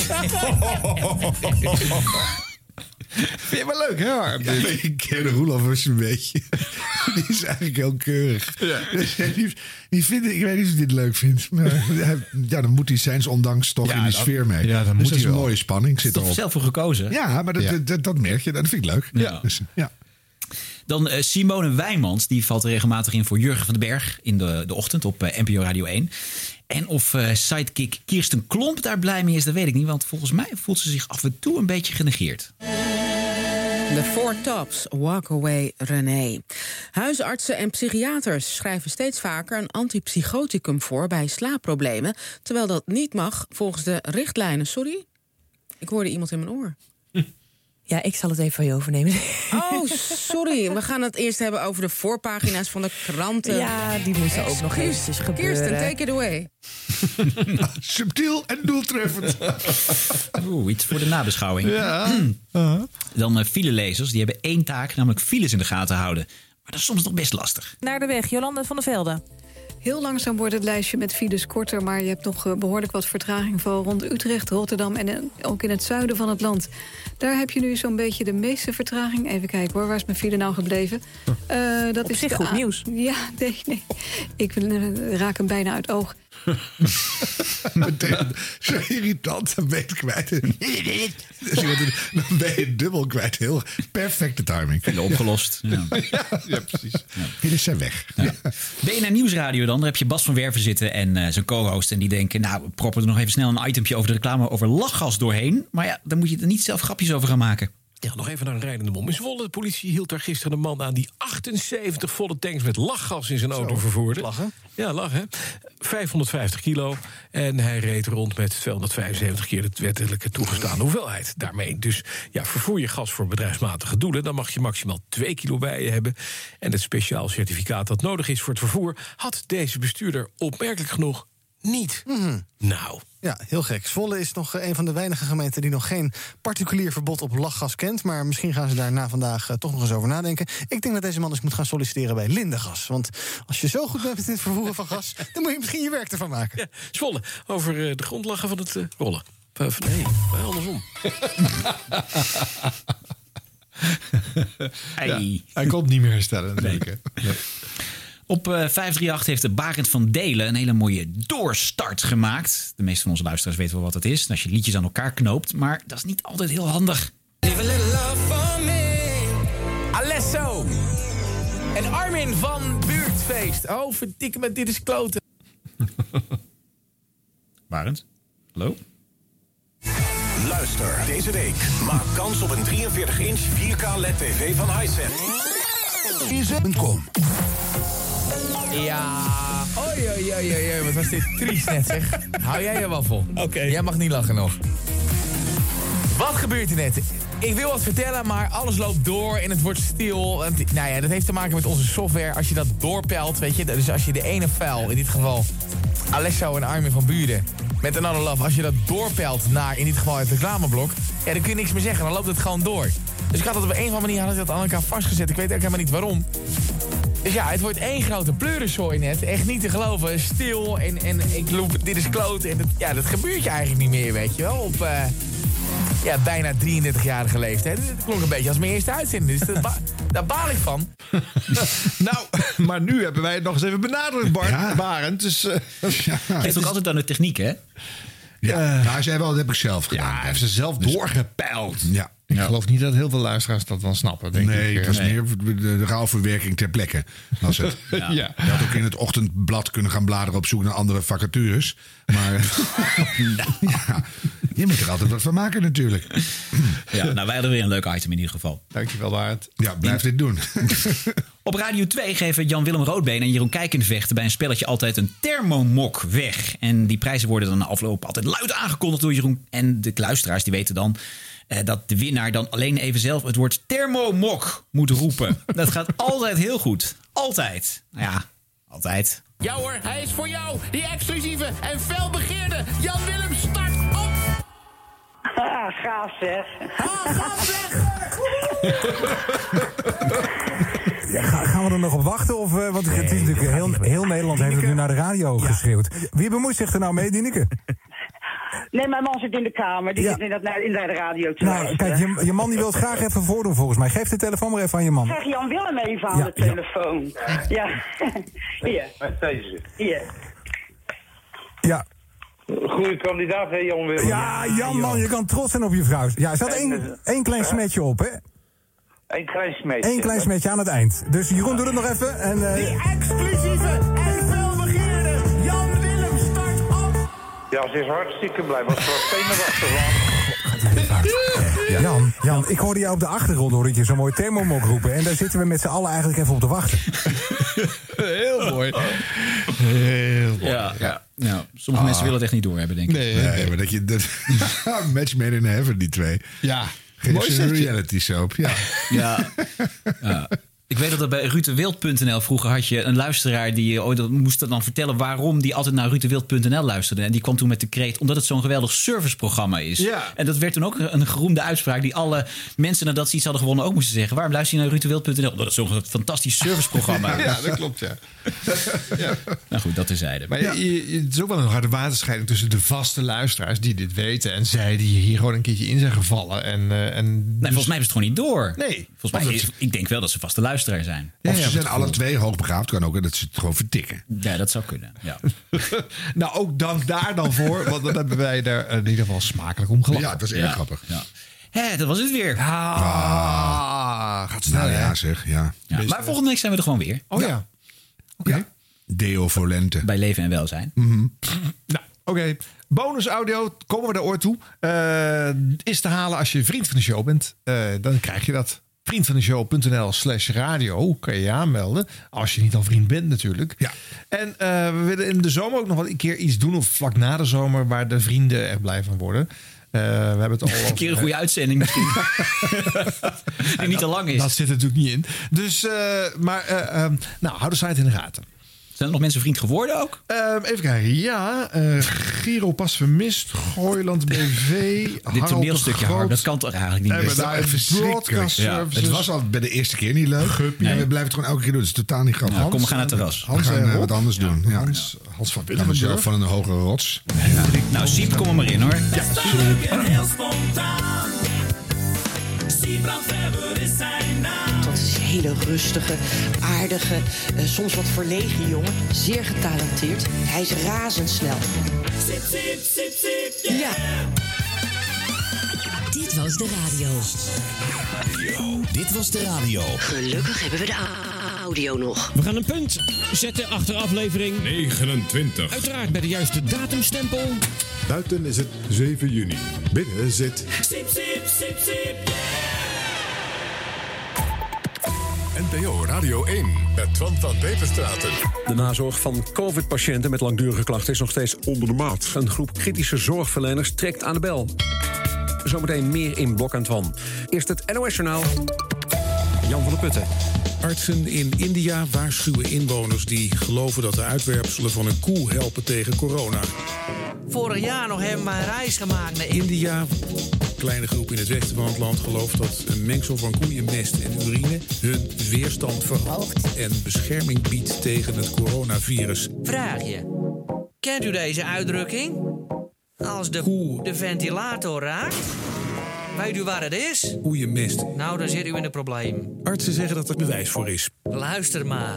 Vind je wel leuk, hè, Harm? Ik ken Roelof was een beetje. Die is eigenlijk heel keurig. Ja. Ik weet niet of hij dit leuk vindt. Maar dan moet hij zijns ondanks toch in de sfeer mee. Ja, dan dus moet dat is hij een wel. mooie spanning. Zit Is toch erop. zelf voor gekozen? Ja, maar dat merk je. Dat vind ik leuk. Ja. Dus, ja. Dan Simone Wijmans, die valt regelmatig in voor Jurgen van den Berg in de ochtend op NPO Radio 1. En of sidekick Kirsten Klomp daar blij mee is, dat weet ik niet. Want volgens mij voelt ze zich af en toe een beetje genegeerd. The Four Tops, Walk Away René. Huisartsen en psychiaters schrijven steeds vaker een antipsychoticum voor bij slaapproblemen, terwijl dat niet mag volgens de richtlijnen. Sorry? Ik hoorde iemand in mijn oor. Ja, ik zal het even van je overnemen. Oh, sorry. We gaan het eerst hebben over de voorpagina's van de kranten. Ja, die moeten ook nog eventjes gebeuren. Kirsten, take it away. Subtiel en doeltreffend. Iets voor de nabeschouwing. Ja. Dan filelezers, die hebben 1 taak, namelijk files in de gaten houden. Maar dat is soms nog best lastig. Naar de weg, Jolanda van der Velde. Heel langzaam wordt het lijstje met files korter, maar je hebt nog behoorlijk wat vertraging, vooral rond Utrecht, Rotterdam en ook in het zuiden van het land. Daar heb je nu zo'n beetje de meeste vertraging. Even kijken hoor, waar is mijn file nou gebleven? Dat is zich goed nieuws. Ja, nee. Ik raak hem bijna uit oog. Meteen zo irritant, dan ben je het kwijt. Dan ben je dubbel kwijt. Heel perfecte timing. File opgelost. Ja, precies. Files zijn weg. Ja. BNR Nieuwsradio dan, daar heb je Bas van Werven zitten en zijn co-host. En die denken, nou, we proppen er nog even snel een itempje over de reclame over lachgas doorheen. Maar ja, dan moet je er niet zelf grapjes over gaan maken. Ja, nog even naar een rijdende bom. In Zwolle, de politie hield daar gisteren een man aan die 78 volle tanks met lachgas in zijn auto vervoerde. Lachen? Ja, lachen. 550 kilo. En hij reed rond met 275 keer de wettelijke toegestane hoeveelheid. Daarmee dus, ja, vervoer je gas voor bedrijfsmatige doelen, dan mag je maximaal 2 kilo bij je hebben. En het speciaal certificaat dat nodig is voor het vervoer had deze bestuurder opmerkelijk genoeg niet. Nou. Ja, heel gek. Zwolle is nog een van de weinige gemeenten die nog geen particulier verbod op lachgas kent. Maar misschien gaan ze daar na vandaag toch nog eens over nadenken. Ik denk dat deze man eens moet gaan solliciteren bij Lindegas. Want als je zo goed bent in het vervoeren van gas, dan moet je misschien je werk ervan maken. Ja, Zwolle, over de grondlachen van het rollen. Nee, andersom. Hij komt niet meer herstellen. Nee. Op 538 heeft de Barend van Delen een hele mooie doorstart gemaakt. De meeste van onze luisteraars weten wel wat het is. Als je liedjes aan elkaar knoopt. Maar dat is niet altijd heel handig. Alesso. En Armin van Buurtfeest. Oh, verdikke me, dit is kloten. Barend, hallo? Luister deze week. Maak kans op een 43-inch 4K LED-TV van Hisense.com. Ja, oei, wat was dit triest net, zeg. Hou jij je waffel? Oké. Jij mag niet lachen nog. Wat gebeurt er net? Ik wil wat vertellen, maar alles loopt door en het wordt stil. Nou ja, dat heeft te maken met onze software. Als je dat doorpelt, weet je, dus als je de ene file, in dit geval Alesso en Armin van Buren, met Another Love, als je dat doorpelt naar, in dit geval het reclameblok, ja, dan kun je niks meer zeggen, dan loopt het gewoon door. Dus ik had dat op een of andere manier had ik dat aan elkaar vastgezet. Ik weet ook helemaal niet waarom. Dus ja, het wordt één grote pleurenzooi net. Echt niet te geloven. Stil en ik loop, dit is kloot. En dat gebeurt je eigenlijk niet meer, weet je wel. Op bijna 33-jarige leeftijd. Het klonk een beetje als mijn eerste uitzending. Dus daar baal ik van. Nou, maar nu hebben wij het nog eens even benadrukt, Barend. Dus, Het is ook altijd aan de techniek, hè? Ja, hij zei wel, dat heb ik zelf gedaan. Ja, hij heeft ze zelf doorgepeild. Ja. Ik geloof niet dat heel veel luisteraars dat dan snappen. Denk ik. Het was meer de rauwverwerking ter plekke. Was het. Ja. Je had ook in het ochtendblad kunnen gaan bladeren op zoek naar andere vacatures. Maar je moet er altijd wat van maken natuurlijk. Ja, nou, wij hadden weer een leuk item in ieder geval. Dankjewel, Barend. Ja, blijf dit doen. Op Radio 2 geven Jan-Willem Roodbeen en Jeroen Kijkenvecht bij een spelletje altijd een thermomok weg. En die prijzen worden dan na afloop altijd luid aangekondigd door Jeroen. En de luisteraars die weten dan dat de winnaar dan alleen even zelf het woord thermomok moet roepen. Dat gaat altijd heel goed. Altijd. Nou ja, altijd. Ja hoor, hij is voor jou. Die exclusieve en felbegeerde Jan-Willem start op. Gaaf zeg. Gaaf zeg. Ja, gaan we er nog op wachten? Of, want het is natuurlijk heel Nederland heeft het nu naar de radio geschreeuwd. Wie bemoeit zich er nou mee, Dineke? Nee, mijn man zit in de kamer. Die zit in de radio te luisteren. Kijk, je man die wil het graag even voordoen volgens mij. Geef de telefoon maar even aan je man. Krijg Jan-Willem even aan de telefoon. Ja. Hier. Hier. Ja. Goeie kandidaat, hè, Jan-Willem? Ja, Jan, man, je kan trots zijn op je vrouw. Ja, er zat één klein smetje op, hè? Eén klein smetje. Eén klein smetje aan het eind. Dus Jeroen, doe het nog even. En, die exclusieve en felbegeerde Jan-Willem start op. Ja, ze is hartstikke blij. Was voor zenuwachtig. Jan, ik hoorde jou op de achtergrond hoor ik je zo'n mooi thermomok roepen. En daar zitten we met z'n allen eigenlijk even op te wachten. Heel mooi. Heel mooi. Ja. Nou, sommige mensen willen het echt niet doorhebben, denk ik. Nee, maar dat je... match made in heaven, die twee. Ja. Geen reality soap, ja. Ja. Ik weet dat bij rutewild.nl vroeger had je een luisteraar die moest dan vertellen waarom die altijd naar rutewild.nl luisterde. En die kwam toen met de kreet, omdat het zo'n geweldig serviceprogramma is. Ja. En dat werd toen ook een geroemde uitspraak die alle mensen nadat ze iets hadden gewonnen ook moesten zeggen. Waarom luister je naar rutewild.nl? Omdat het zo'n fantastisch serviceprogramma is. Ja, dat klopt, ja. Nou goed, dat terzijde. Maar het is ook wel een harde waterscheiding tussen de vaste luisteraars die dit weten en zij die hier gewoon een keertje in zijn gevallen. Nee, volgens mij is het gewoon niet door. Nee. Volgens mij ik denk wel dat ze vaste luisteraar zijn. Of ze zijn alle twee hoogbegaafd. Kan ook dat ze het gewoon vertikken. Ja, dat zou kunnen. Ja. Nou, ook dank daar dan voor. Want dan hebben wij er in ieder geval smakelijk om gelachen. Ja, het was erg grappig. Ja. Hé, dat was het weer. Gaat snel, nou ja, zeg. Ja. Maar volgende week zijn we er gewoon weer. Oh ja. Oké. Deo voor lente. Bij Leven en Welzijn. Nou, oké. Bonus audio, komen we daar ooit toe. Is te halen als je vriend van de show bent. Dan krijg je dat. Vriendvandeshow.nl/radio kan je je aanmelden. Als je niet al vriend bent natuurlijk. Ja. En we willen in de zomer ook nog wel een keer iets doen. Of vlak na de zomer. Waar de vrienden echt blij van worden. We hebben het al over, een keer een goede uitzending misschien. Die niet te lang is. Dat zit er natuurlijk niet in. Dus, hou de site in de gaten. Zijn er nog mensen vriend geworden ook? Even kijken. Ja, Giro Pas Vermist, Gooiland BV. Dit toneelstukje hard, dat kan toch eigenlijk niet meer. Daar broadcast services. Het was al bij de eerste keer niet leuk. En we blijven het gewoon elke keer doen. Het is totaal niet grappig. Kom, we gaan naar het terras. We gaan wat anders doen. Ja. Hans van Willigen. Zelf van een hogere rots. Ja. Nou, Siep, kom er maar in hoor. Ja, heel spontaan. Siebrand Weber is zijn naam. Dat is een hele rustige, aardige, soms wat verlegen jongen. Zeer getalenteerd. Hij is razendsnel. Sip, sip, sip, sip, yeah. Ja. Dit was de radio. Dit was de radio. Gelukkig hebben we de audio nog. We gaan een punt zetten achter aflevering 29. Uiteraard bij de juiste datumstempel. Buiten is het 7 juni. Binnen zit... Sip, sip, sip, sip, NPO Radio 1 met Twan van Peperstraten. De nazorg van COVID-patiënten met langdurige klachten is nog steeds onder de maat. Een groep kritische zorgverleners trekt aan de bel. Zometeen meer in Blok en Twan. Eerst het NOS-journaal. Jan van der Putten. Artsen in India waarschuwen inwoners die geloven dat de uitwerpselen van een koe helpen tegen corona. Vorig jaar nog hebben we een reis gemaakt naar India. Een kleine groep in het westen van het land gelooft dat een mengsel van koeienmest en urine hun weerstand verhoogt en bescherming biedt tegen het coronavirus. Vraagje. Kent u deze uitdrukking? Als de ventilator raakt? Weet u waar het is? Koeienmest. Nou, dan zit u in een probleem. Artsen zeggen dat er bewijs voor is. Luister maar.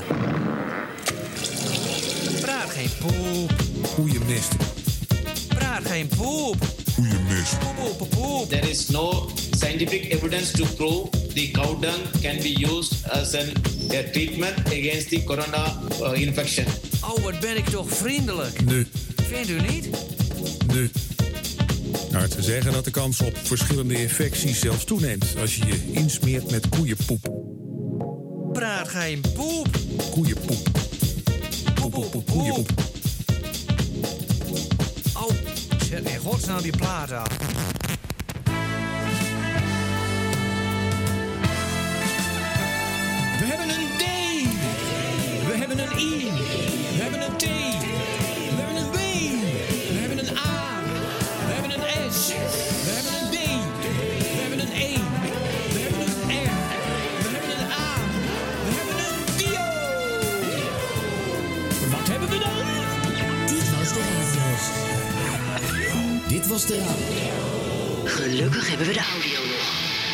Praat geen poep. Koeienmest. Praat geen poep. Koeienmest. Poep, poep, poep. There is no scientific evidence to prove the cow dung can be used as a treatment against the corona infection. Oh, wat ben ik toch vriendelijk. Nee. Vindt u niet? Nee. Artsen zeggen dat de kans op verschillende infecties zelfs toeneemt als je je insmeert met koeienpoep. Praat geen poep. Koeienpoep. Poep, poep, poep, koeienpoep. Oh, zet in godsnaam die plaat af. We hebben een D. We hebben een I. We hebben een T. We hebben een W. We hebben een A. We hebben een S. We hebben een D. We hebben een E. We hebben een R. We hebben een A. We hebben een Dio. Wat hebben we dan? Dit was de radio. Dit was de radio. Gelukkig hebben we de audio nog.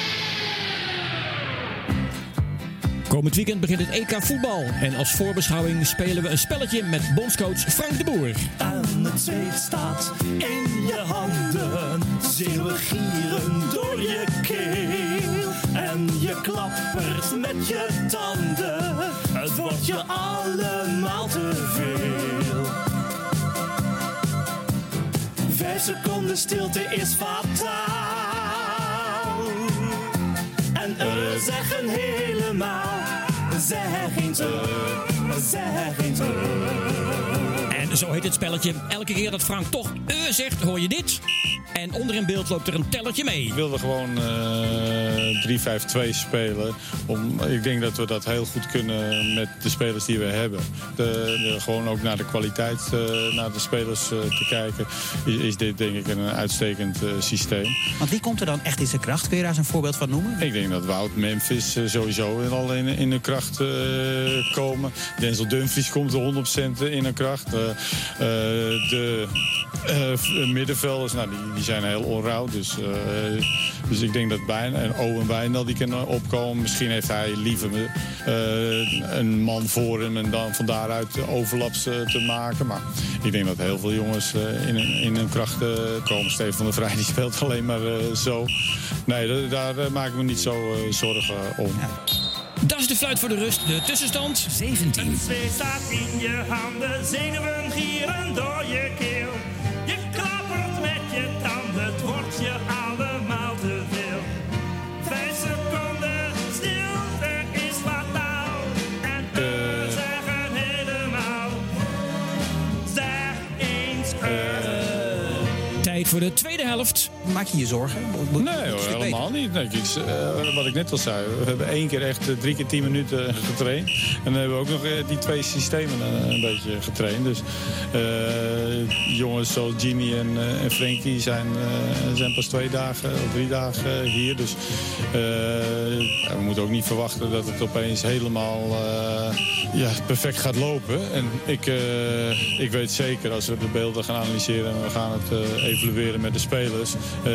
Komend weekend begint het EK voetbal. En als voorbeschouwing spelen we een spelletje met bondscoach Frank de Boer. En het zweet staat in je handen. Zeeuwen gieren door je keel. En je klappert met je tanden. Het wordt je allemaal te veel. 5 seconden stilte is fataal. En zeggen helemaal, zeg eens zeg eens. En zo heet het spelletje. Elke keer dat Frank toch zegt, hoor je dit. En onder in beeld loopt er een tellertje mee. Ik wilde gewoon 3-5-2 spelen. Ik denk dat we dat heel goed kunnen met de spelers die we hebben. Gewoon ook naar de kwaliteit, naar de spelers te kijken. Is dit denk ik een uitstekend systeem. Want wie komt er dan echt in zijn kracht? Kun je daar eens een voorbeeld van noemen? Ik denk dat Wout, Memphis sowieso al in de kracht komen. Denzel Dumfries komt er 100% in de kracht. De middenvelders, die zijn heel onrauw. Dus ik denk dat Owen Wijndal die kan opkomen. Misschien heeft hij liever een man voor hem en dan van daaruit overlaps te maken. Maar ik denk dat heel veel jongens in hun kracht komen. Steven van der Vrij die speelt alleen maar zo. Nee, daar maak ik me niet zo zorgen om. Ja. Dat is de fluit voor de rust. De tussenstand 17. Een zweet staat in je handen, zenuwen gieren door je keel. Je klappert met je tanden, het wordt je allemaal te veel. 5 seconden stilte is fataal. En zeggen helemaal, zeg eens Tijd voor de tweede helft. Maak je je zorgen? Nee hoor, helemaal niet. Nee, wat ik net al zei, we hebben 1 keer echt 3 keer 10 minuten getraind. En dan hebben we ook nog die 2 systemen een beetje getraind. Dus jongens zoals Jimmy en Frenkie zijn pas 2 dagen of 3 dagen hier. Dus we moeten ook niet verwachten dat het opeens helemaal perfect gaat lopen. En ik weet zeker, als we de beelden gaan analyseren en we gaan het evalueren met de spelers,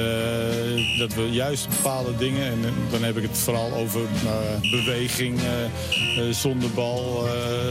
dat we juist bepaalde dingen, en dan heb ik het vooral over beweging zonder bal.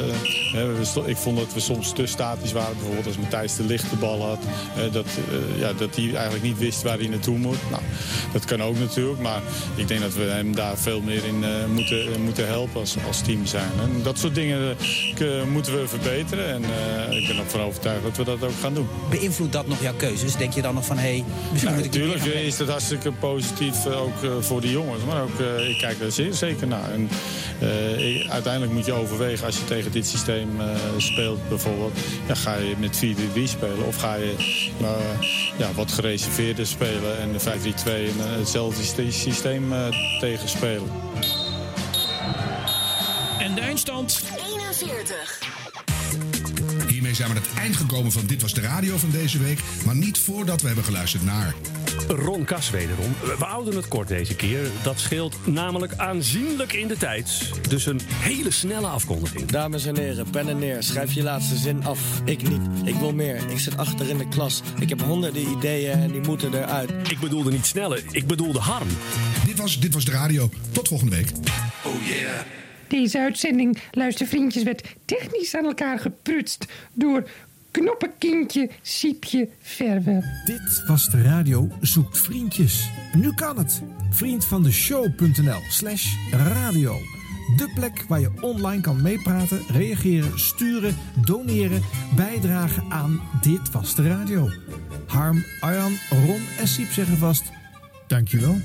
Ik vond dat we soms te statisch waren. Bijvoorbeeld als Matthijs de Ligt de bal had. Dat hij eigenlijk niet wist waar hij naartoe moet. Nou, dat kan ook natuurlijk. Maar ik denk dat we hem daar veel meer in moeten helpen als team zijn. En dat soort dingen moeten we verbeteren. En ik ben ervan overtuigd dat we dat ook gaan doen. Beïnvloedt dat nog jouw keuzes? Denk je dan nog van, misschien moet ik... Natuurlijk is dat hartstikke positief ook voor de jongens. Maar ook, ik kijk daar zeer zeker naar. En uiteindelijk moet je overwegen, als je tegen dit systeem speelt bijvoorbeeld, ga je met 4-3-3 spelen of ga je wat gereserveerder spelen en de 5-3-2 en hetzelfde systeem tegenspelen. En de eindstand 41. Hiermee zijn we aan het eind gekomen van Dit Was de Radio van deze week. Maar niet voordat we hebben geluisterd naar Ron Kas wederom. We houden het kort deze keer. Dat scheelt namelijk aanzienlijk in de tijd. Dus een hele snelle afkondiging. Dames en heren, pen en neer. Schrijf je laatste zin af. Ik niet. Ik wil meer. Ik zit achter in de klas. Ik heb honderden ideeën en die moeten eruit. Ik bedoelde niet snelle. Ik bedoelde harm. Dit was de radio. Tot volgende week. Oh yeah. Deze uitzending, luistervriendjes, werd technisch aan elkaar geprutst door Knoppenkindje Siepje Verwer. Dit was de radio zoekt vriendjes. Nu kan het. Vriendvandeshow.nl/radio. De plek waar je online kan meepraten, reageren, sturen, doneren, bijdragen aan Dit Was de Radio. Harm, Arjan, Ron en Siep zeggen vast, dankjewel.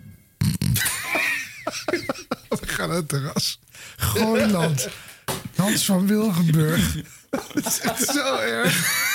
We gaan naar het terras. Gooiland. Hans van Wilgenburg. Het is echt zo erg.